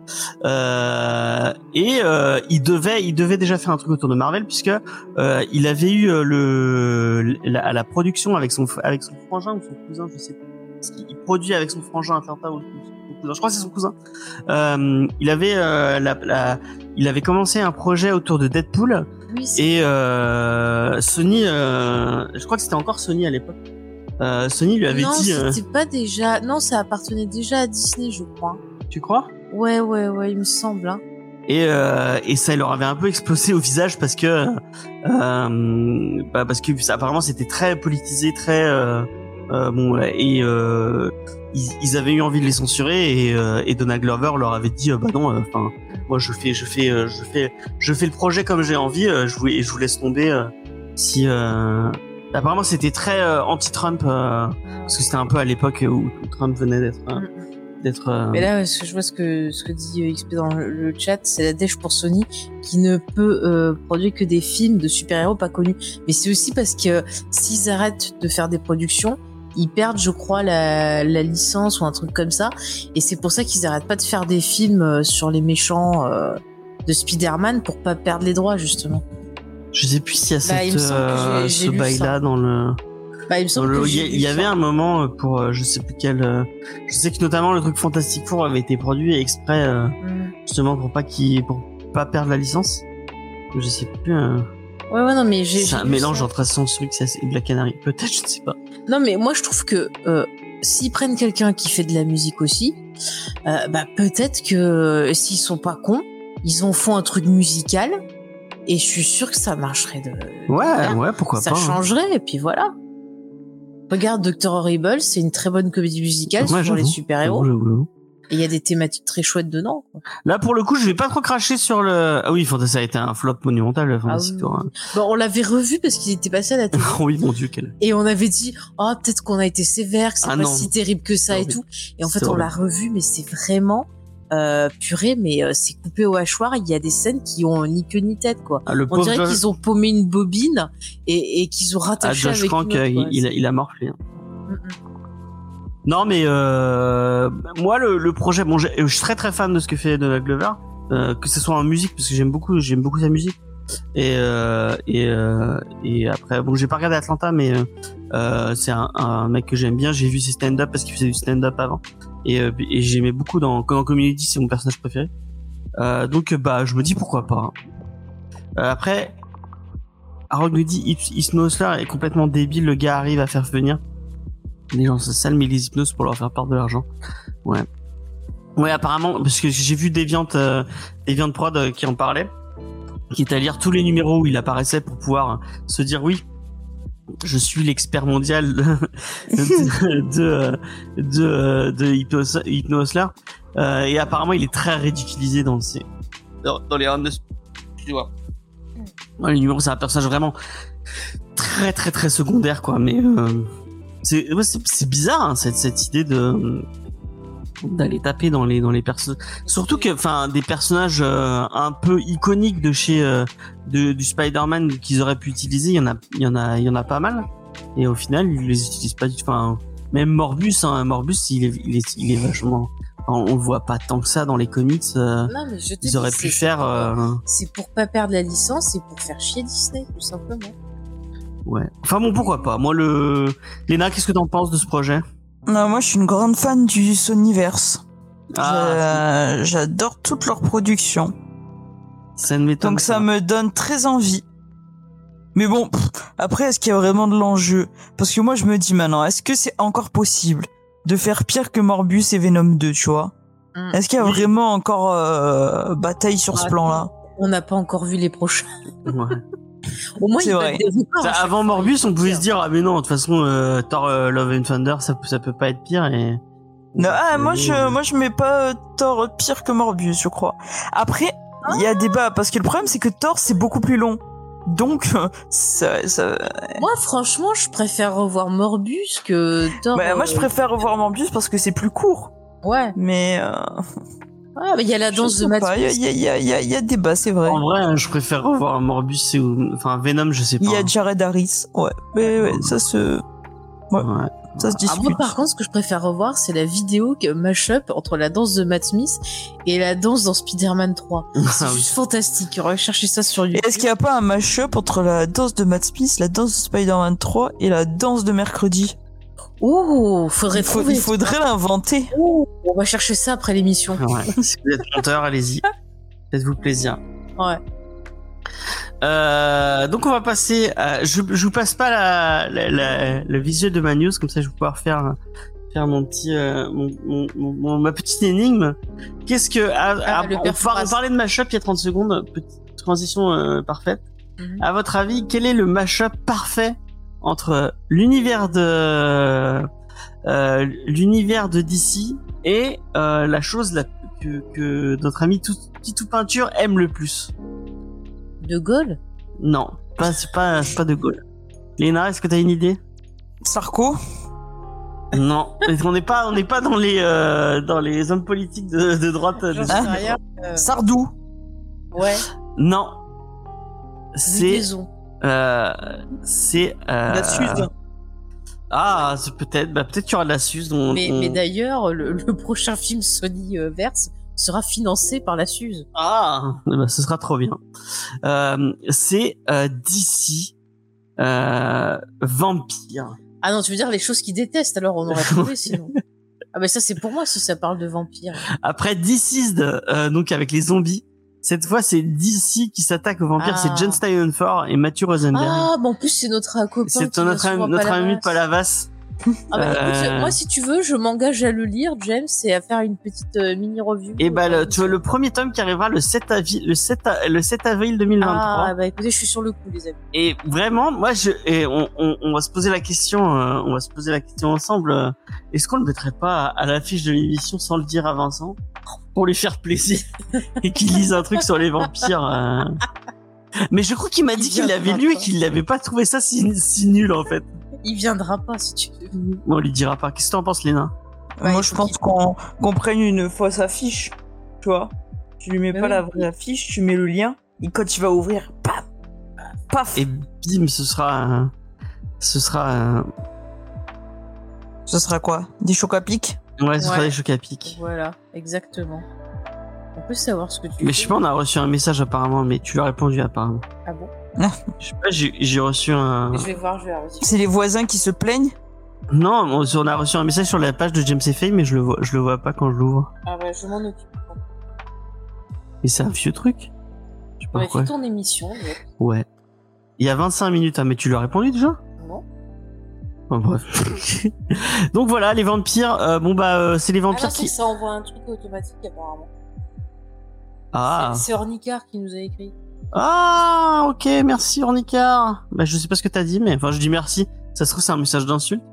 Euh, et euh, il devait il devait déjà faire un truc autour de Marvel puisque euh, il avait eu euh, le la, à la production avec son avec son frangin ou son cousin, je sais plus. Parce qu'il produit avec son frangin Atlanta ou son cousin. Je crois que c'est son cousin. Euh, il avait euh, la, la il avait commencé un projet autour de Deadpool. Oui, c'est- Et euh, Sony, euh, je crois que c'était encore Sony à l'époque. Euh, Sony lui avait non, dit, euh, c'était pas déjà. Non, ça appartenait déjà à Disney, je crois. tu crois? Ouais, ouais, ouais, il me semble. Hein. Et euh, et ça leur avait un peu explosé au visage parce que euh, bah parce que ça, apparemment c'était très politisé, très euh, euh, bon et euh, ils, ils avaient eu envie de les censurer et, euh, et Donald Glover leur avait dit euh, bah non, enfin moi je fais je fais euh, je fais je fais le projet comme j'ai envie, euh, je vous et je vous laisse tomber euh, si euh, apparemment c'était très euh, anti-Trump euh, parce que c'était un peu à l'époque où, où Trump venait d'être euh, d'être euh, Mais là, ce que je vois ce que ce que dit euh, X P dans le, le chat, c'est la dèche pour Sony qui ne peut euh, produire que des films de super-héros pas connus. Mais c'est aussi parce que euh, s'ils arrêtent de faire des productions, ils perdent, je crois, la, la licence ou un truc comme ça. Et c'est pour ça qu'ils arrêtent pas de faire des films euh, sur les méchants euh, de Spider-Man pour pas perdre les droits, justement. je sais plus s'il y a Bah, il cette me semble que j'ai- euh, j'ai ce lu bail là ça. dans le Bah, il me semble Le- que Il y, j'ai a- vu il y avait ça. un moment pour euh, je sais plus quel. euh, je sais que notamment le truc Fantastic Four avait été produit exprès euh, Mm. justement pour pas qu'il pour pas perdre la licence. Je sais plus. Euh, Ouais, ouais, non, mais j'ai. c'est j'ai un vu mélange ça. entre Assassin's Creed et Black Canary. Peut-être, je ne sais pas. Non, mais moi, je trouve que euh, s'ils prennent quelqu'un qui fait de la musique aussi, euh, bah peut-être que euh, s'ils sont pas cons, ils en font un truc musical, et je suis sûre que ça marcherait de. de Ouais, bien. ouais, pourquoi ça pas. hein. changerait, et puis voilà. Regarde docteur Horrible, c'est une très bonne comédie musicale Ouais, sur les j'avoue, super-héros, j'avoue, j'avoue. et il y a des thématiques très chouettes dedans. Quoi. Là, pour le coup, je vais pas trop cracher sur le. Ah oui, Fantasy, ça a été un flop monumental, le Fantastic oui. Four. hein. Bon, on l'avait revu parce qu'il était passé à la télé. oui, mon dieu, quel. Et on avait dit, oh, peut-être qu'on a été sévère, que c'est Ah pas non. si terrible que ça C'est et horrible. tout. Et en fait, C'est on horrible. l'a revu, mais c'est vraiment euh, purée, mais euh, c'est coupé au hachoir. Il y a des scènes qui ont ni queue ni tête, quoi. Ah, le On pauvre dirait Josh- qu'ils ont paumé une bobine et, et qu'ils ont ah, rattaché Josh avec Trank, une autre, euh, quoi. il, il, a, C'est- il a morflé. hein. Mm, mm. Non, mais euh, moi, le, le projet, bon, j'ai- je suis très très fan de ce que fait Donald Glover, euh, que ce soit en musique, parce que j'aime beaucoup, j'aime beaucoup sa musique. Et euh, et euh, et après, bon, j'ai pas regardé Atlanta, mais euh, euh, c'est un, un mec que j'aime bien. J'ai vu ses stand-up parce qu'il faisait du stand-up avant, et, euh, et j'aimais beaucoup dans dans Community, c'est mon personnage préféré. Euh, donc bah, je me dis pourquoi pas. hein. Euh, après, Harold nous dit Hypnosler est complètement débile. Le gars arrive à faire venir les gens se salent mais les hypnoses pour leur faire perdre de l'argent. Ouais. Ouais, apparemment, parce que j'ai vu Deviant, euh, Deviant Prod euh, qui en parlait, qui est à lire tous les numéros où il apparaissait pour pouvoir euh, se dire oui, je suis l'expert mondial de de de, de, de Hypnos, Hypnosler. Euh, et apparemment, il est très ridiculisé dans ces dans, dans les rounds de tu vois. Ouais, les numéros, c'est un personnage vraiment très très très secondaire quoi, mais euh, c'est ouais, c'est c'est bizarre hein, cette cette idée de d'aller taper dans les dans les personnes, surtout que enfin des personnages euh, un peu iconiques de chez euh, de du Spider-Man qu'ils auraient pu utiliser, il y en a il y en a il y en a pas mal et au final ils les utilisent pas du tout. Enfin même Morbus hein, Morbus il est il est il est vachement enfin, on le voit pas tant que ça dans les comics euh, Non, mais je te ils dis, auraient c'est- pu faire euh, c'est pour pas perdre la licence et pour faire chier Disney, tout simplement. ouais enfin bon pourquoi pas. Moi le Léna, qu'est-ce que t'en penses de ce projet? Non, moi, je suis une grande fan du Sonyverse. Ah, Je- J'adore toute leur production. ça ne m'étonne Donc pas. ça me donne très envie. Mais bon, pff, après, est-ce qu'il y a vraiment de l'enjeu? Parce que moi, je me dis maintenant, est-ce que c'est encore possible de faire pire que Morbus et Venom deux, tu vois? Mm. Est-ce qu'il y a Oui. vraiment encore euh, bataille sur ce Ah, plan-là? On n'a pas encore vu les prochains. Ouais. Au moins, C'est il va vrai. te développer à chaque Avant fois. Morbus, on pouvait se dire ah mais non, de toute façon euh, Thor euh, Love and Thunder, ça ça peut pas être pire et Non, ah, moi, Euh, je, moi, je mets pas euh, Thor pire que Morbius, je crois. Après, il y a débat, parce que le problème, c'est que Thor, c'est beaucoup plus long. Donc, ça, ça... Moi, franchement, je préfère revoir Morbus que Thor. Bah, moi, je euh, préfère revoir Morbius parce que c'est plus court. Ouais. Mais, euh, Ouais, mais il y a la je danse sais de Matt pas, il y a, Smith. il y a, il y a, il y a, il y a débat, c'est vrai. en vrai, hein, je préfère revoir Morbus et enfin Venom, je sais pas. Il y a Jared Harris, ouais. Mais, ouais, ça se, Ouais. ça se Ah, discute. moi, par contre, ce que je préfère revoir, c'est la vidéo que mash-up entre la danse de Matt Smith et la danse dans Spider-Man trois. C'est Ah oui. juste fantastique. Recherchez ça sur Et YouTube. est-ce qu'il n'y a pas un mash-up entre la danse de Matt Smith, la danse de Spider-Man trois et la danse de mercredi? Oh, faudrait Il, faut- trouver. il faudrait l'inventer. Oh, on va chercher ça après l'émission. Ouais. Si vous êtes monteur, allez-y. Faites-vous plaisir. Ouais. Euh, donc on va passer. À, je je vous passe pas la, la, la le visuel de ma news, comme ça je vais pouvoir faire faire mon petit euh, mon, mon, mon- mon- ma petite énigme. Qu'est-ce que à, Ah, à- le on, père par- Fouras. on parlait de mashup il y a trente secondes, petite transition euh, parfaite. Mhm. À votre avis, quel est le mashup parfait entre l'univers de euh, l'univers de D C et euh, la chose la, que, que notre ami tout, Titou Peinture aime le plus? De Gaulle. Non, pas, c'est pas, c'est pas de Gaulle. Léna, est-ce que t'as une idée? Sarko? Non, parce qu'on n'est pas, on n'est pas dans les, euh, dans les hommes politiques de, de droite. J'en de- sais Ah. rien. Euh, Sardou? ouais. Non, c'est, Liaison. euh, c'est. Euh... La Suze? Ah, c'est peut-être, bah peut-être qu'il y aura de la Suze. On, Mais, on- mais d'ailleurs, le, le prochain film Sony euh, Verse sera financé par la Suze. Ah, eh ben, ce sera trop bien. Euh, c'est euh, D C euh, Vampire. Ah non, tu veux dire les choses qu'ils détestent, alors on aurait trouvé sinon. Ah bah ça c'est pour moi si ça parle de vampires. Après Deceased, euh, donc avec les zombies, cette fois c'est D C qui s'attaque aux vampires, Ah. c'est John Steinfort et Matthew Rosenberg. Ah, bon en plus c'est notre euh, copain. c'est qui notre, vient souvent à notre ami de Palavas. Palavas. Ah bah écoute, Euh, moi si tu veux, je m'engage à le lire, James, et à faire une petite euh, mini review. Et bah le, tu vois, le premier tome qui arrivera le sept avril, le sept, a- le sept avril deux mille vingt-trois. Ah bah écoutez, je suis sur le coup les amis. Et vraiment, moi, je, et on, on, on va se poser la question, euh, on va se poser la question ensemble. euh, est-ce qu'on le mettrait pas à, à l'affiche de l'émission sans le dire à Vincent pour lui faire plaisir et qu'il lise un truc sur les vampires euh. Mais je crois qu'il m'a dit Il qu'il l'avait viendra lu et pas. qu'il n'avait pas trouvé ça si, si nul en fait. Il viendra pas si tu veux. Bon, on lui dira pas. Qu'est-ce que t'en penses, Léna? Ouais, Moi, il je faut pense qu'il- qu'on qu'on prenne une fausse affiche, tu vois. Tu lui mets Mais pas oui. la vraie affiche, tu mets le lien, et quand il va ouvrir, paf, paf, Et bim, ce sera, euh, ce sera, euh, ce sera quoi? Des chocs à pic? ouais, ce sera Ouais. des chocs à pic. Voilà, exactement. On peut savoir ce que tu Mais fais. je sais pas, on a reçu un message apparemment, mais tu lui as répondu apparemment. Ah bon? Je sais pas, j'ai j'ai reçu un. Je vais voir, je vais voir. C'est les voisins qui se plaignent? Non, on on a reçu un message sur la page de James F A, mais je le vois, je le vois pas quand je l'ouvre. Ah bah je m'en occupe. Mais c'est un vieux truc. Je sais On pas a fait pourquoi. ton émission, mais... Ouais. Il y a vingt-cinq minutes, ah, mais tu lui as répondu déjà? Non. Bon, bref. Donc voilà, les vampires. euh, bon bah, euh, c'est les Ah non, vampires c'est qui. que ça envoie un truc automatique apparemment. Ah. C'est c'est Ornicar qui nous a écrit. Ah, ok, merci Ornicar. Bah, je sais pas ce que t'as dit, mais enfin, je dis merci. Ça se trouve, c'est un message d'insulte.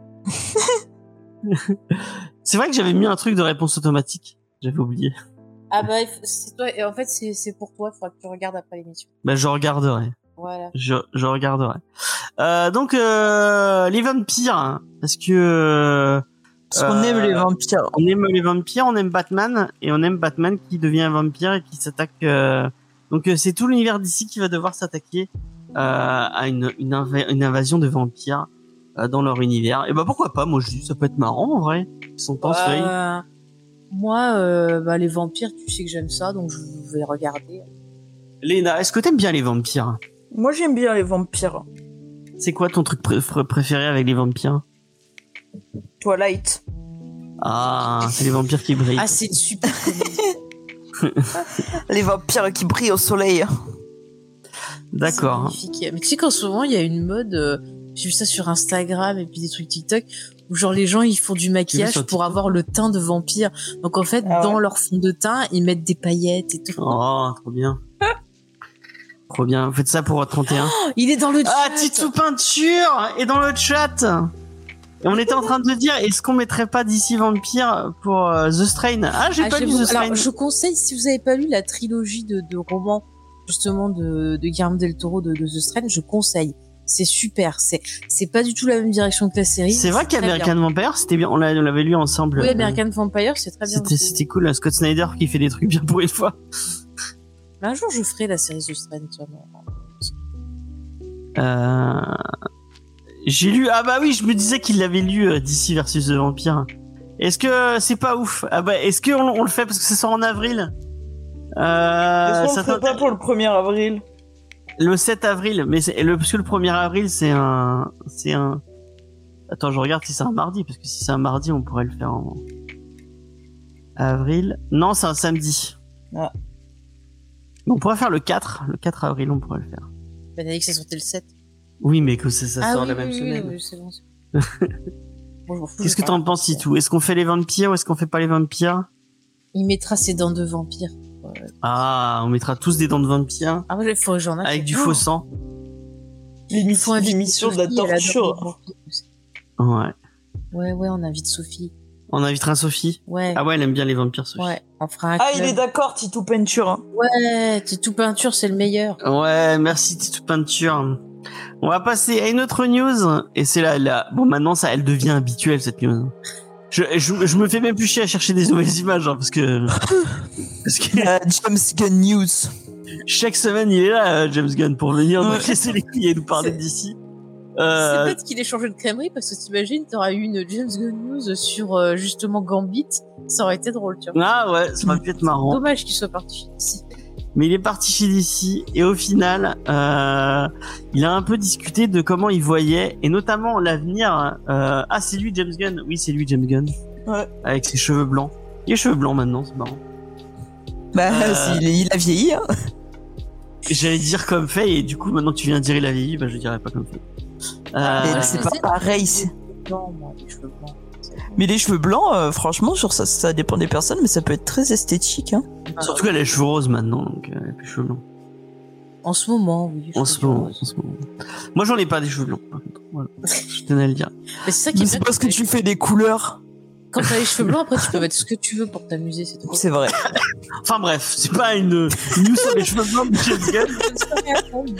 C'est vrai que j'avais mis un truc de réponse automatique. J'avais oublié. Ah bah c'est toi, et en fait c'est c'est pour toi, il faudra que tu regardes après l'émission. Bah, je regarderai. Voilà. Je, je regarderai. Euh, donc, euh, les vampires, hein, parce que euh, Parce qu'on Euh, aime les vampires. on aime les vampires, on aime Batman, et on aime Batman qui devient un vampire et qui s'attaque. euh, Donc, euh, c'est tout l'univers d'ici qui va devoir s'attaquer euh, à une, une, inv- une invasion de vampires euh, dans leur univers. Et bah pourquoi pas? Moi, je dis ça peut être marrant en vrai. Ils sont en feuille. Euh, moi, euh, bah, les vampires, tu sais que j'aime ça, donc je vais regarder. Léna, est-ce que t'aimes bien les vampires? Moi, j'aime bien les vampires. C'est quoi ton truc pré- pré- préféré avec les vampires? Twilight. Ah, c'est les vampires qui brillent. Ah, c'est une super comédie. Les vampires qui brillent au soleil. D'accord. C'est magnifique. Mais tu sais qu'en ce moment, il y a une mode, euh, j'ai vu ça sur Instagram et puis des trucs TikTok, où genre les gens, ils font du maquillage sur pour TikTok avoir le teint de vampire. Donc en fait, Ah ouais. dans leur fond de teint, ils mettent des paillettes et tout. Oh, trop bien. Trop bien. Faites ça pour trente et un. Oh, il est dans le chat. Ah, Titou Peinture est dans le chat. Et on était en train de dire, est-ce qu'on mettrait pas d'ici Vampire pour euh, The Strain? Ah, j'ai Ah, pas j'ai lu beaucoup- The Strain. Alors, je conseille, si vous avez pas lu la trilogie de, de romans, justement, de, de Guillermo del Toro de, de The Strain, je conseille. C'est super. C'est, c'est pas du tout la même direction que la série. C'est vrai très qu'American bien. Vampire, c'était bien. On l'a- on l'avait lu ensemble. Oui, American Vampire, c'est très bien. C'était, aussi. c'était cool. Scott Snyder qui fait des trucs bien pour une fois. Mais un jour, je ferai la série The Strain, sûrement. Euh... J'ai lu. Ah bah oui, je me disais qu'il l'avait lu euh, D C versus The Vampire. Est-ce que euh, c'est pas ouf? Ah bah, est-ce qu'on on le fait parce que ça sort en avril? Euh, Est-ce qu'on ça le ferait pas pour le premier avril? Le sept avril, mais c'est le parce que le premier avril c'est un c'est un Attends, je regarde si c'est un mardi parce que si c'est un mardi, on pourrait le faire en avril. Non, c'est un samedi. Ah. Mais on pourrait faire le quatre, le quatre avril, on pourrait le faire. Ben, t'as dit que ça sortait le sept. Oui, mais que ça, ça Ah sort oui, la oui, même oui, semaine. oui, oui, c'est bon. c'est bon. Bon, je m'en fous, Qu'est-ce je que vais t'en pas penses, raconter. Titou? Est-ce qu'on fait les vampires ou est-ce qu'on fait pas les vampires? Il mettra ses dents de vampire. Ouais. Ah, on mettra tous des dents de vampires Ah, moi, il faut que j'en ai. avec du faux sang. Il faut inviter L'émission de la Sophie, elle adore les torture. vampires aussi. Ouais. Ouais, ouais, on invite Sophie. On invitera Sophie. Ouais. Ah ouais, elle aime bien les vampires, Sophie. Ouais, on fera un Ah, il club. est d'accord, Titou Peinture. Ouais, Titou Peinture, c'est le meilleur. Ouais, merci Titou Peinture. On va passer à une autre news et c'est là, là. Bon, maintenant ça, elle devient habituelle cette news. Je, je, je me fais même plus chier à chercher des nouvelles images hein, parce que parce que Euh, James Gunn News. chaque semaine il est là, euh, James Gunn, pour venir nous Ouais. casser les couilles et nous parler C'est- d'ici. C'est Euh, peut-être qu'il ait changé de crèmerie parce que t'imagines, t'auras eu une James Gunn News sur euh, justement Gambit, ça aurait été drôle, tu vois. ah ouais, ça aurait pu être marrant. Dommage qu'il soit parti ici. mais il est parti chez D C et au final, euh, il a un peu discuté de comment il voyait et notamment l'avenir. Euh, ah, c'est lui James Gunn. Oui, c'est lui James Gunn. Ouais. Avec ses cheveux blancs. Il a cheveux blancs maintenant, c'est marrant. Bah, Euh, il, il a vieilli, hein. J'allais dire comme fait et du coup maintenant tu viens de dire il a vieilli, bah je dirais pas comme fait. Euh, Mais ouais, c'est je pas sais. pareil. c'est- Non, moi, les cheveux blancs. Mais les cheveux blancs, euh, franchement, sur ça, ça dépend des personnes, mais ça peut être très esthétique, hein. Surtout qu'elle a les cheveux roses maintenant, donc euh, elle a plus les cheveux blancs. En ce moment, oui. En je ce veux moment, dire. en ce moment. Moi j'en ai pas des cheveux blancs, par contre. Voilà. Je tenais à le dire. Mais c'est ça qui Mais est c'est bien, parce que tu fais des couleurs. Quand t'as les cheveux blancs, après tu peux mettre ce que tu veux pour t'amuser, c'est tout. C'est vrai. Enfin bref, c'est pas une, une news sur les cheveux blancs de James Gunn.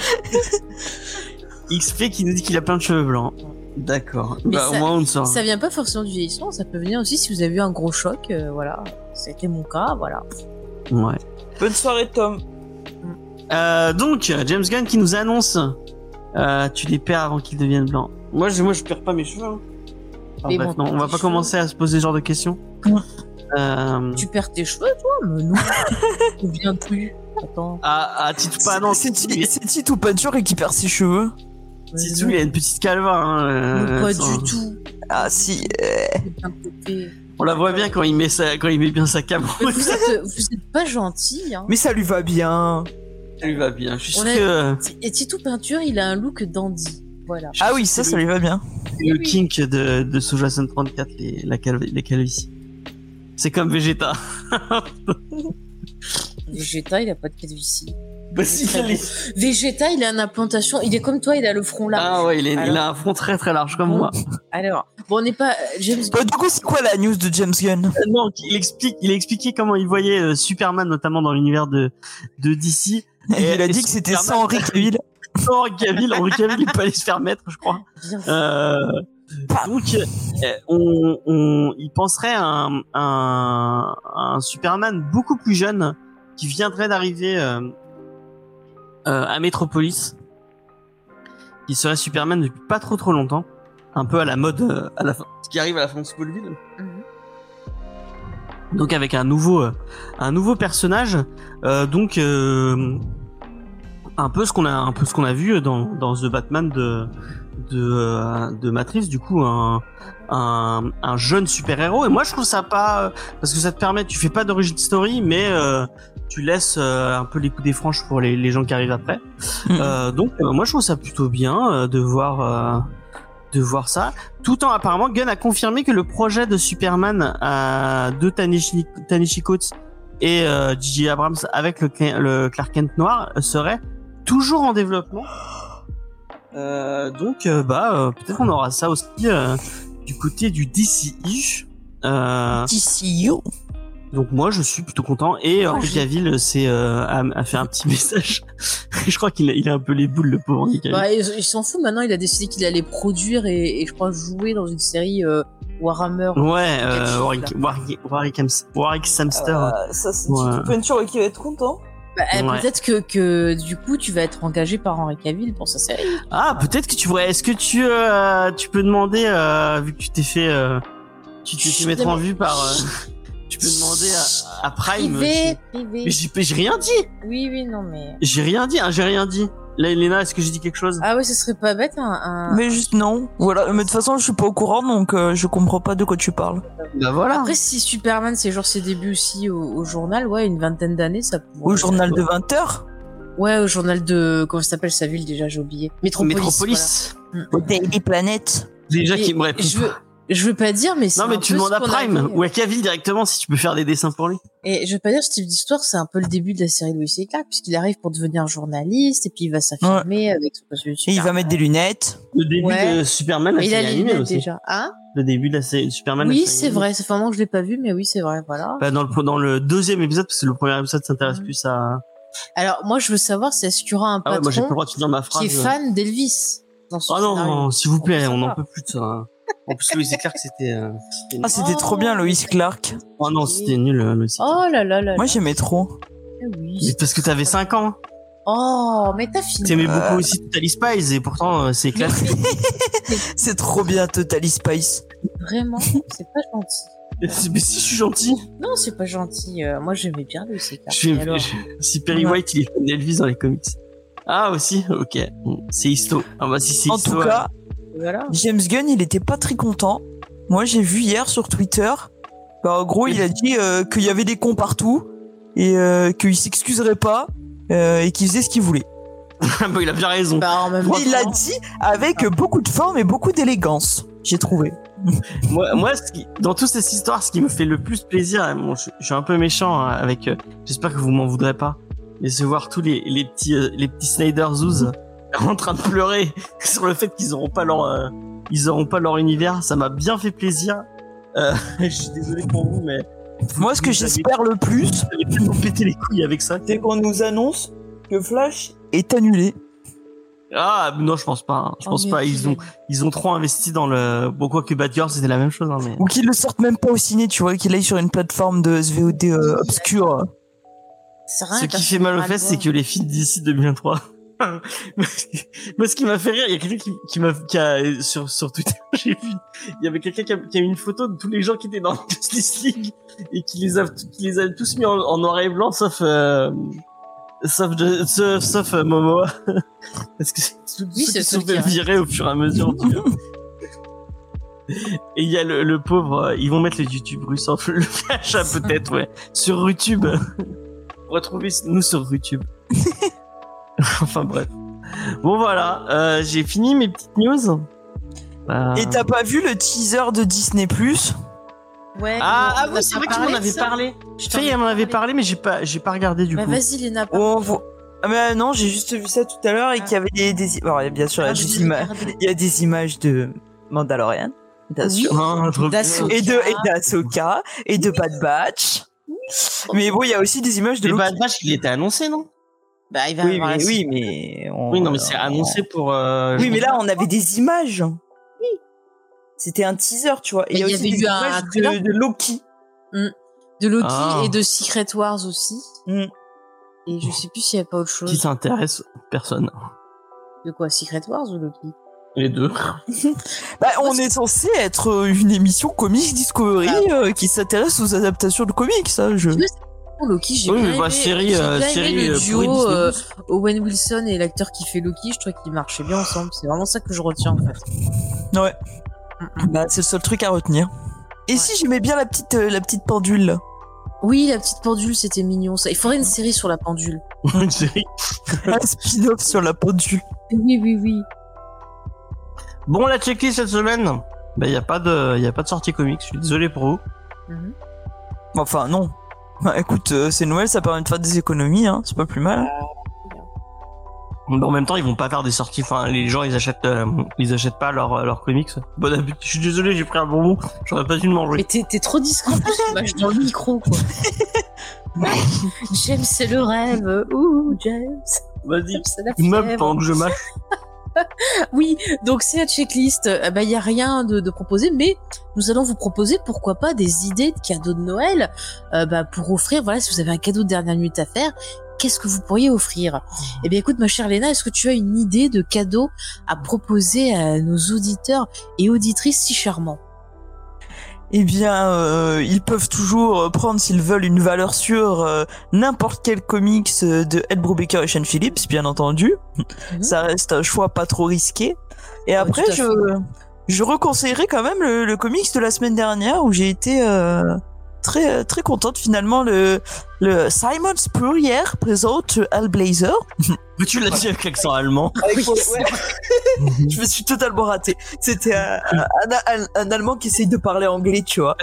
X P qui nous dit qu'il a plein de cheveux blancs. D'accord. Mais Bah, au ça- moins on le saura. Ça vient pas forcément du vieillissement, ça peut venir aussi si vous avez eu un gros choc, euh, voilà. C'était mon cas, voilà. Ouais. Bonne soirée, Tom. Euh, donc, James Gunn qui nous annonce euh, tu les perds avant qu'ils deviennent blancs. Moi je, moi, je perds pas mes cheveux. Hein. Enfin, Mais bref, bon, non, on va tes pas cheveux- commencer à se poser ce genre de questions. Ouais. Euh, Tu perds tes cheveux, toi? Mais non. Ou bien plus. Attends. à, à Titou, pas non, C'est Titou, Ti- il- c'est Titou Peinture et qui perd ses cheveux. Titou, il a une petite calva. Hein, euh, Non, pas sans- du tout. Ah si. euh, C'est bien coupé. On la voit bien quand il met sa, quand il met bien sa camoufle. Mais vous êtes, vous êtes pas gentil, hein. Mais ça lui va bien. Ça lui va bien. Je suis sûr On a- que Et Titou Peinture, il a un look dandy. Voilà. Ah oui, ça, ça lui va bien. c'est le kink de, de Soja cent trente-quatre, les, la calvi, les calvities. C'est comme Vegeta. Vegeta, il a pas de calvitie. Bah si, Très il est- beau. Vegeta, il a une implantation. Il est comme toi, il a le front large. Ah ouais, il, est, il Alors. a un front très très large comme Bon. moi. Alors, bon, on n'est pas. euh, James Bah, du coup, c'est quoi la news de James Gunn? Euh, Non, il explique, il a expliqué comment il voyait euh, Superman, notamment dans l'univers de, de D C. Et- Il a et dit que c'était Superman- sans Henry Cavill. Sans Henry Cavill, Henry Cavill, il peut aller se faire mettre, je crois. bien. Euh, donc, euh, on, on, il penserait à un, un, un Superman beaucoup plus jeune qui viendrait d'arriver euh, euh, à Metropolis, qui serait Superman depuis pas trop trop longtemps, un peu à la mode, euh, à la fin, ce qui arrive à la fin de Smallville. Mhm. Donc avec un nouveau, euh, un nouveau personnage, euh, donc euh, un peu ce qu'on a, un peu ce qu'on a vu dans dans The Batman de de euh, de Matrix, du coup un un, un jeune super héros. Et moi je trouve ça pas, parce que ça te permet, tu fais pas d'origin story, mais euh, tu laisses euh, un peu les coups des franches pour les les gens qui arrivent après. Mhm. Euh, donc euh, moi je trouve ça plutôt bien euh, de voir euh, de voir ça. Tout en apparemment Gunn a confirmé que le projet de Superman euh, de Tanishi, Tanishi Coates et euh, J J Abrams avec le, le Clark Kent noir euh, serait toujours en développement. Euh, donc euh, bah euh, peut-être qu'on aura ça aussi euh, du côté du D C U. Euh, D C U. donc moi je suis plutôt content et Henry j'ai- Cavill c'est euh, a, a fait un petit message. Je crois qu'il a, il a un peu les boules le pauvre Henry Cavill. Bah, il, il s'en fout maintenant, il a décidé qu'il allait produire et, et je crois jouer dans une série euh, Warhammer. Ouais, euh, Quelque Warwick, chose, Warwick, Warwick, Hams- Warwick Samster. Euh, ça, c'est Ouais. Titou Peinture qui va être content. Bah, euh, Ouais. Peut-être que, que du coup tu vas être engagé par Henry Cavill pour sa série. Ah, peut-être que tu pourrais. Est-ce que tu euh, tu peux demander euh, vu que tu t'es fait euh, tu t'es fait Chut, mettre en mais- vue par euh, tu peux demander à, à Prime. Privé, tu- privé. Mais j'ai j'ai rien dit. Oui, oui, non mais. J'ai rien dit. Hein, j'ai rien dit. Là, Elena, est-ce que j'ai dit quelque chose? Ah ouais, ce serait pas bête un. un- Mais juste non. Voilà. Mais de toute façon, je suis pas au courant, donc euh, je comprends pas de quoi tu parles. Bah voilà. Après, si Superman c'est genre ses débuts aussi au, au journal, ouais, une vingtaine d'années, ça pourrait. Au journal de vingt heures. Ouais, au journal de. Comment ça s'appelle sa ville déjà, j'ai oublié. Métropolis. Métropolis. Au Daily Planet. Déjà Et qui bref. Je veux, je veux pas dire, mais c'est. Non mais un tu peu demandes ce à qu'on Prime avait. ou à Cavill directement si tu peux faire des dessins pour lui. Et je veux pas dire ce type d'histoire, c'est un peu le début de la série Louis et Clark, puisqu'il arrive pour devenir journaliste, et puis il va s'affirmer avec son costume de Et il va mettre des lunettes. Le début Ouais. de Superman, la Mais il a série les animée lunettes aussi. déjà. Hein? Le début de la série de Superman. la Oui, série c'est animée. vrai. Ça fait un moment que je l'ai pas vu, mais oui, c'est vrai, voilà. Bah, dans le dans le deuxième épisode, parce que le premier épisode s'intéresse Mhm. plus à. Alors, moi, je veux savoir, c'est est-ce qu'il y aura un Ah ouais, moi j'ai pas le patron droit de finir ma phrase. qui est fan d'Elvis dans ce Ah non, scénario? non, s'il vous plaît, On peut on n'en savoir. peut plus de ça. hein. En plus, Lois et Clark, c'était. euh, c'était Ah, c'était Oh. trop bien, Lois Clark. Oh non, c'était nul, euh, Lois et Clark. Oh là là là. Moi, là. j'aimais trop. Eh oui. Mais parce que t'avais cinq ans. Oh, mais t'as fini. T'aimais Euh. beaucoup aussi Totally Spies et pourtant euh, c'est classe. C'est trop bien, Totally Spice. Vraiment, c'est pas gentil. C'est- Mais si je suis gentil. Non, c'est pas gentil. Euh, moi, j'aimais bien Louis C K. Je fais- Et alors je- Si Perry Ouais. White il est fan d'Elvis dans les comics. Ah aussi, ok. C'est histo. Ah bah si c'est En histo. tout ouais. cas, Voilà. James Gunn, il était pas très content. Moi, j'ai vu hier sur Twitter. Bah, en gros, il a dit euh, qu'il y avait des cons partout et euh, qu'il s'excuserait pas euh, et qu'il faisait ce qu'il voulait. Bah, il a bien raison. Bah, en même Mais il l'a temps, dit avec beaucoup de forme et beaucoup d'élégance, j'ai trouvé. Moi, moi ce qui, dans toute cette histoire, ce qui me fait le plus plaisir, hein, bon, je, je suis un peu méchant hein, avec. euh, J'espère que vous m'en voudrez pas, mais c'est voir tous les, les petits euh, les petits Snyder Zoos en train de pleurer sur le fait qu'ils auront pas leur euh, ils auront pas leur univers. Ça m'a bien fait plaisir. Euh, je suis désolé pour vous, mais Moi, ce que vous j'espère le plus, avez tellement pété les couilles avec ça. c'est qu'on nous annonce que Flash est annulé. Ah non, je pense pas. hein. Je Oh, pense mais pas. Ils ont ils ont trop investi dans le. Bon quoi que Batgirl, c'était la même chose. Hein, mais... Ou qu'ils le sortent même pas au ciné, tu vois, qu'il aille sur une plateforme de S V O D euh, obscure. c'est rien, Ce qui personne fait mal aux va le fesses, c'est voir. que les films d'ici deux mille vingt-trois. Moi, ce qui m'a fait rire, il y a quelqu'un qui, qui m'a, qui a, sur, sur Twitter, j'ai vu, il y avait quelqu'un qui a, qui a mis une photo de tous les gens qui étaient dans Justice League et qui les a, qui les a tous mis en, en noir et blanc, sauf, euh, sauf, sauf, sauf euh, Momoa. Parce que c'est tout, Oui, ceux c'est qui celui sont fait qui reste. virer au fur et à mesure. tu vois. Et il y a le, le pauvre, euh, ils vont mettre le YouTube russe, enfin, le Flash, ah, peut-être, ouais, sur YouTube. Retrouvez-nous sur YouTube. Enfin bref. Bon voilà, euh, j'ai fini mes petites news. Euh, Et t'as pas vu le teaser de Disney Plus? Ouais, Ah, on- ah on oui, a c'est pas vrai que tu m'en parlé de avais ça. parlé. Je t'en Faye, ai elle m'en avait parlé. parlé, mais j'ai pas, j'ai pas regardé du Bah, coup. vas-y, Léna. On voit- Ah mais non, j'ai juste vu ça tout à l'heure et Ah. qu'il y avait des, des... Alors, bien sûr, il y a Ah, juste je l'ai ima- regardé. il y a des images de Mandalorian, bien sûr. Ah, trop bien. D'Ahsoka. Et de et d'Ahsoka et de Bad Batch. Mais bon, il y a aussi des images de Mais Loki. Bad Batch, il était annoncé, non? Bah, il va Oui, avoir mais la oui, suite. mais on- Oui, non, mais c'est on- annoncé pour. Euh, Oui, mais là, on avait des images. Oui. C'était un teaser, tu vois. Et il y a Il y aussi avait des eu un images trailer. de, de Loki. De Loki Ah. et de Secret Wars aussi. Mm. Et je sais plus s'il y avait pas autre chose. qui s'intéresse personne. De quoi, Secret Wars ou Loki? Les deux. Bah, Moi, on c'est- est censé être une émission Comics Discovery Ah. euh, qui s'intéresse aux adaptations de comics, ça. Je... Tu vois, Oh, Loki, j'ai Oui, bien mais bah, aimé, série, j'ai euh, bien aimé série, le euh, duo pourrie Disney+. euh, Owen Wilson et l'acteur qui fait Loki. Je trouvais qu'ils marchaient bien ensemble. C'est vraiment ça que je retiens en fait. Ouais. Mm, mm. Bah, c'est le seul truc à retenir. Et si j'aimais bien la petite, euh, la petite pendule là. Oui, la petite pendule, c'était mignon. Ça. Il faudrait une série sur la pendule. Une série. Un spin-off sur la pendule. Oui, oui, oui. Bon, la checklist cette semaine. Bah, y a pas de, y a pas de sortie comics. Je suis désolé pour vous. Mhm. Enfin, non. Bah, écoute, euh, c'est Noël, ça permet de faire des économies, hein. C'est pas plus mal. Bon, en même temps, ils vont pas faire des sorties. Enfin, les gens, ils achètent, euh, ils achètent pas leurs leurs comics. Bon habitude. Je suis désolé, j'ai pris un bonbon. J'aurais pas dû le Mais manger. t'es, t'es trop discret, tu mâches dans le micro, quoi. James, c'est le rêve. Ouh, James. Vas-y. James, c'est la Meuble fièvre. pendant que je mâche. Oui, donc c'est la checklist. Il bah, y a rien de, de proposé, mais nous allons vous proposer, pourquoi pas, des idées de cadeaux de Noël euh, bah, pour offrir. Voilà, si vous avez un cadeau de dernière minute à faire, qu'est-ce que vous pourriez offrir? Eh bien, écoute, ma chère Léna, est-ce que tu as une idée de cadeau à proposer à nos auditeurs et auditrices si charmants? Eh bien, euh, ils peuvent toujours euh, prendre, s'ils veulent, une valeur sûre, euh, n'importe quel comics euh, de Ed Brubaker et Sean Phillips, bien entendu. Mhm. Ça reste un choix pas trop risqué. Et après, tout à je, fait. je reconseillerais quand même le, le comics de la semaine dernière où j'ai été euh, très très contente finalement. Le, le Simon Spurrier présente Hellblazer. Mais tu l'as dit avec l'accent allemand. Oui, Je me suis totalement raté. C'était un, un, un, un Allemand qui essaye de parler anglais, tu vois.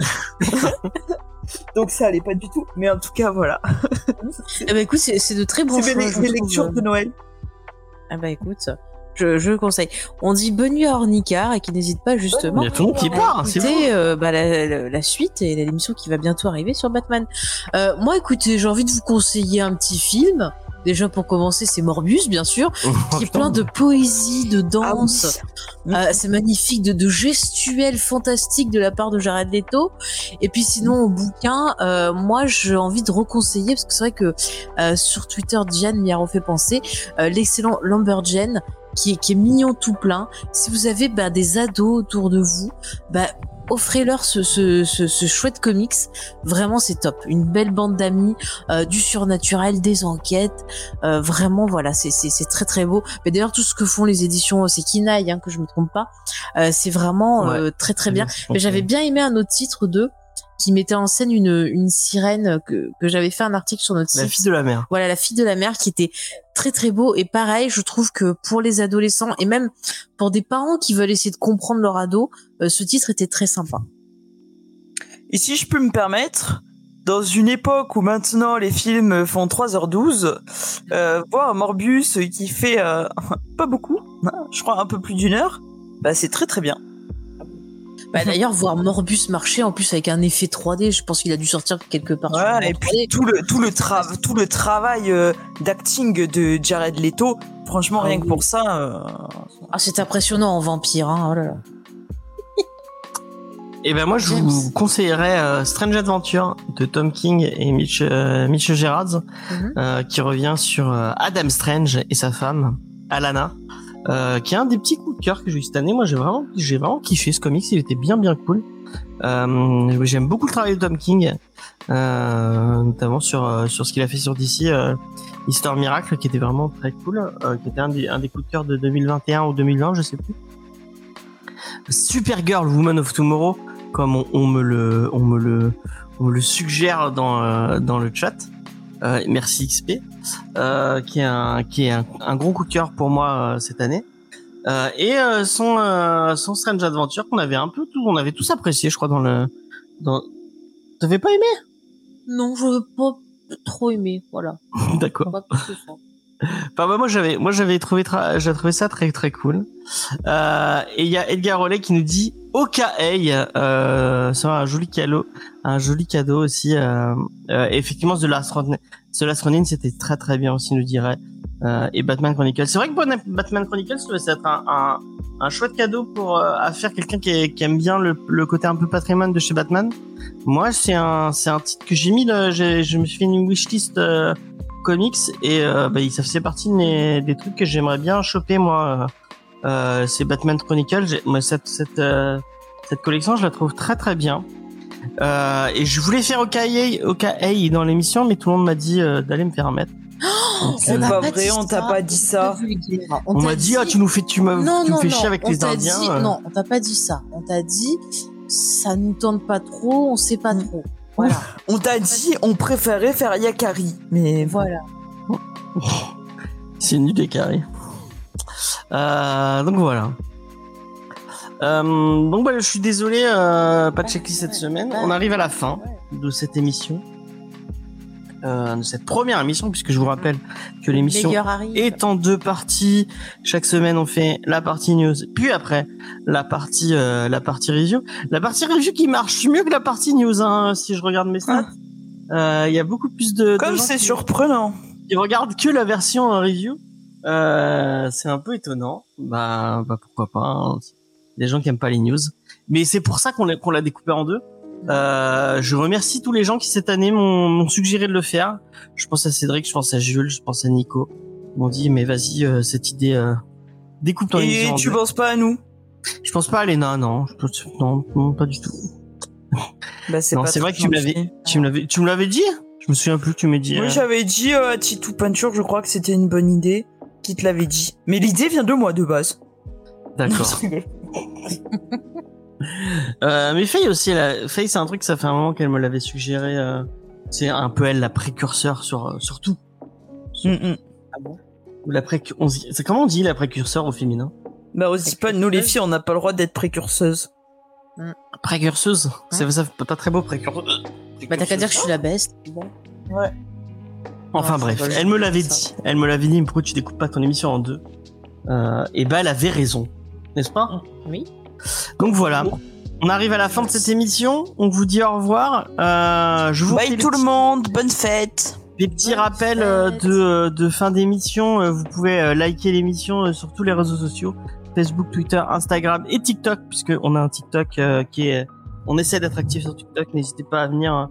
Donc ça allait pas du tout. Mais en tout cas, voilà. Eh ben, écoute, c'est, c'est de très bons C'est choix. mes, je mes trouve. lectures de Noël. Ah bah écoute, je, je le conseille. On dit bonne nuit à Ornicard et qui n'hésite pas justement Il y a tout le monde qui à part, c'est bon. écouter euh, bah, la, la, la suite et l'émission qui va bientôt arriver sur Batman. Euh, moi, écoutez, j'ai envie de vous conseiller un petit film. Déjà pour commencer, c'est Morbius, bien sûr, qui est plein de poésie, de danse. Euh, c'est magnifique, de, de gestuels fantastiques de la part de Jared Leto. Et puis sinon, au bouquin, euh, moi, j'ai envie de reconseiller, parce que c'est vrai que euh, sur Twitter, Diane m'y a refait penser, euh, l'excellent Lumberjane, qui est, qui est mignon tout plein. Si vous avez bah, des ados autour de vous, bah, offrez-leur ce, ce, ce, ce chouette comics. Vraiment, c'est top. Une belle bande d'amis, euh, du surnaturel, des enquêtes. Euh, vraiment, voilà, c'est, c'est, c'est très très beau. Mais d'ailleurs, tout ce que font les éditions, c'est Kinaï, hein, que je me trompe pas. Euh, c'est vraiment euh, Ouais. très très bien. Je Mais j'avais pense, bien aimé un autre titre d'eux qui mettait en scène une, une sirène que, que j'avais fait un article sur notre La site. fille de la mer. Voilà, la fille de la mer qui était très très beau. Et pareil, je trouve que pour les adolescents et même pour des parents qui veulent essayer de comprendre leur ado, euh, ce titre était très sympa. Et si je peux me permettre, dans une époque où maintenant les films font trois heures douze, euh, voir un Morbius qui fait euh, pas beaucoup, hein, je crois un peu plus d'une heure, bah c'est très très bien. Bah, d'ailleurs, voir Morbius marcher en plus avec un effet trois D, je pense qu'il a dû sortir quelque part. sur Ouais, le et trois puis D. tout le tout le tra- tout le travail euh, d'acting de Jared Leto, franchement Ah rien que oui. pour ça. Euh... Ah, c'est impressionnant en vampire, hein. Oh là là. Et ben moi je James. vous conseillerais euh, Strange Adventure de Tom King et Mitch euh, Mitch Gerards, Mhm. euh, qui revient sur euh, Adam Strange et sa femme Alana, euh, qui est un des petits coups de cœur que j'ai eu cette année. Moi j'ai vraiment j'ai vraiment kiffé ce comics, il était bien bien cool. Euh, j'aime beaucoup le travail de Tom King, euh, notamment sur euh, sur ce qu'il a fait sur D C, euh, Histoire Miracle, qui était vraiment très cool, euh, qui était un des un des coups de cœur de deux mille vingt et un ou deux mille vingt, je sais plus. Supergirl, Woman of Tomorrow, comme on, on me le on me le on me le suggère dans euh, dans le chat. Euh, merci X P, euh, qui est un qui est un, un gros coup de cœur pour moi euh, cette année. Euh, et euh, son euh, son Strange Adventure qu'on avait un peu tout, on avait tous apprécié, je crois, dans le dans. T'avais pas aimé? Non, je veux pas trop aimer, voilà. D'accord. Pas plus que ça. Enfin, bah, moi j'avais moi j'avais trouvé tra- j'avais trouvé ça très très cool. Euh, et il y a Edgar Rollet qui nous dit O K A, euh, c'est un joli cadeau, un joli cadeau aussi. Euh, euh, effectivement, The Last Ronin, The Last Ronin, c'était très très bien aussi, nous dirait. Euh, et Batman Chronicles. C'est vrai que bon, Batman Chronicles, ça va être un, un, un chouette cadeau pour euh, à faire quelqu'un qui, est, qui aime bien le, le côté un peu patrimoine de chez Batman. Moi, c'est un c'est un titre que j'ai mis. Là, j'ai, je me suis fait une wishlist euh, comics et euh, bah, ça faisait partie de mes, des trucs que j'aimerais bien choper moi. Euh, c'est Batman Chronicles. J'ai, moi, cette cette euh, cette collection, je la trouve très très bien. Euh, et je voulais faire O K A, O K A dans l'émission, mais tout le monde m'a dit euh, d'aller me faire mettre. Donc, C'est euh, pas pas vrai, dit on t'a ça, pas dit ça. On, vulgaire. on t'a m'a dit, ah tu nous fais tu m'as non, tu me non, fais non, chier avec on les t'a Indiens. dit- euh. Non, on t'a pas dit ça. On t'a dit, ça nous tente pas trop, on sait pas Mm. trop. Voilà. On t'a dit on préférait faire Yakari, mais Voilà. C'est nul des carrés. Euh, donc voilà. Euh, donc voilà, je suis désolé, euh, pas de checklist cette semaine. On arrive à la fin de cette émission, euh, de cette première émission, puisque je vous rappelle que l'émission Meilleur arrive. est en deux parties. Chaque semaine, on fait la partie news, puis après la partie euh, la partie review. La partie review qui marche mieux que la partie news, hein, si je regarde mes stats. Il y a beaucoup plus de, de comme gens c'est qui- surprenant. qui regardent que la version en review. Euh, c'est un peu étonnant. Bah, bah pourquoi pas. Hein. Des gens qui aiment pas les news. Mais c'est pour ça qu'on l'a, qu'on l'a découpé en deux. Euh, je remercie tous les gens qui cette année m'ont, m'ont suggéré de le faire. Je pense à Cédric, je pense à Jules, je pense à Nico. Ils m'ont dit, mais vas-y, euh, cette idée, euh, découpe ton émission Et en tu deux. penses pas à nous? Je pense pas à Léna, non. Je pense, non, non, pas du tout. Bah c'est Non, pas c'est vrai très que tu me gentil. l'avais, tu me l'avais, tu me l'avais dit? Je me souviens plus que tu m'as dit. Oui, euh, j'avais dit euh, à Titou Peinture, je crois que c'était une bonne idée, qui te l'avait dit. Mais l'idée vient de moi de base. D'accord. Je rigole. Euh, mais Faye aussi, elle a- Faye, c'est un truc, ça fait un moment qu'elle me l'avait suggéré. Euh, c'est un peu elle la précurseur sur euh, sur tout. Mm, mm. Ou la précu- on dit- c'est comment on dit la précurseur au féminin? Bah on se dit pas, nous les filles, on n'a pas le droit d'être précurseuses. Précurseuse. C'est ça, fait pas très beau précurseuse. Bah, t'as qu'à dire que je suis la best. Bon. Enfin Non, bref, c'est pas elle me l'avait ça. dit. Elle me l'avait dit. Mais pourquoi tu découpes pas ton émission en deux? euh, Et bah elle avait raison, n'est-ce pas? Oui. Donc voilà. On arrive à la fin de cette émission. On vous dit au revoir. Euh, je vous fais Bye des tout le petits- monde, bonne fête. Des petits Bonne rappels euh, fête. de, euh, de fin d'émission. Euh, Vous pouvez euh, liker l'émission euh, sur tous les réseaux sociaux. Facebook, Twitter, Instagram et TikTok, puisque on a un TikTok euh, qui est... On essaie d'être actif sur TikTok. N'hésitez pas à venir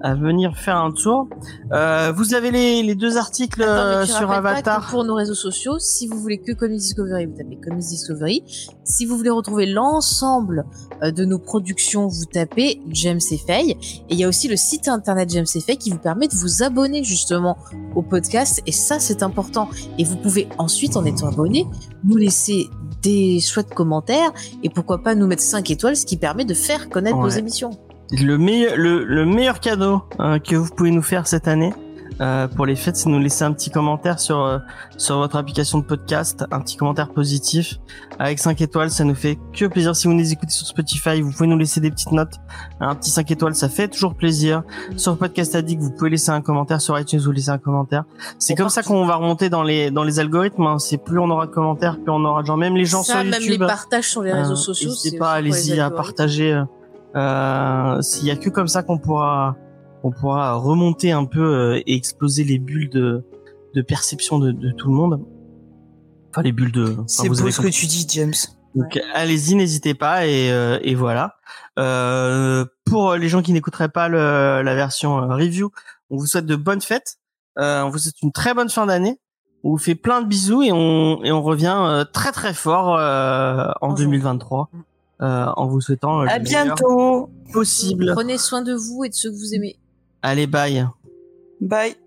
à venir faire un tour. Euh, vous avez les, les deux articles Attends, mais tu sur rappelles pas Avatar. que pour nos réseaux sociaux, si vous voulez que Comics Discovery, vous tapez Comics Discovery. Si vous voulez retrouver l'ensemble de nos productions, vous tapez James et Faye. Et il y a aussi le site internet James et Faye qui vous permet de vous abonner justement au podcast. Et ça, c'est important. Et vous pouvez ensuite, en étant abonné, nous laisser des chouettes commentaires et pourquoi pas nous mettre cinq étoiles, ce qui permet de faire connaître Ouais. nos émissions. Le meilleur, le, le meilleur cadeau euh, que vous pouvez nous faire cette année euh, pour les fêtes, c'est de nous laisser un petit commentaire sur euh, sur votre application de podcast, un petit commentaire positif avec cinq étoiles. Ça nous fait que plaisir. Si vous nous écoutez sur Spotify, vous pouvez nous laisser des petites notes, un petit cinq étoiles, ça fait toujours plaisir. Sur Podcast Addict, vous pouvez laisser un commentaire. Sur iTunes, vous laissez un commentaire. C'est Bon, comme ça qu'on va remonter dans les dans les algorithmes. Hein. C'est plus on aura de commentaires, plus on aura de gens. Même les gens ça, sur même YouTube. les partages sur les réseaux euh, sociaux. N'hésitez c'est pas, aussi pour les allez-y à algorithmes. partager. Euh, Euh, s'il y a que comme ça qu'on pourra, on pourra remonter un peu euh, et exploser les bulles de, de perception de, de tout le monde. Enfin, les bulles de. Enfin, C'est vous beau avez ce que compris. tu dis, James. Donc, allez-y, n'hésitez pas et, euh, et voilà. Euh, pour les gens qui n'écouteraient pas le, la version euh, review, on vous souhaite de bonnes fêtes. Euh, on vous souhaite une très bonne fin d'année. On vous fait plein de bisous et on et on revient euh, très très fort euh, en Bonjour. deux mille vingt-trois. Euh, en vous souhaitant euh, À le meilleur bientôt. possible. Prenez soin de vous et de ceux que vous aimez. Allez, bye. Bye.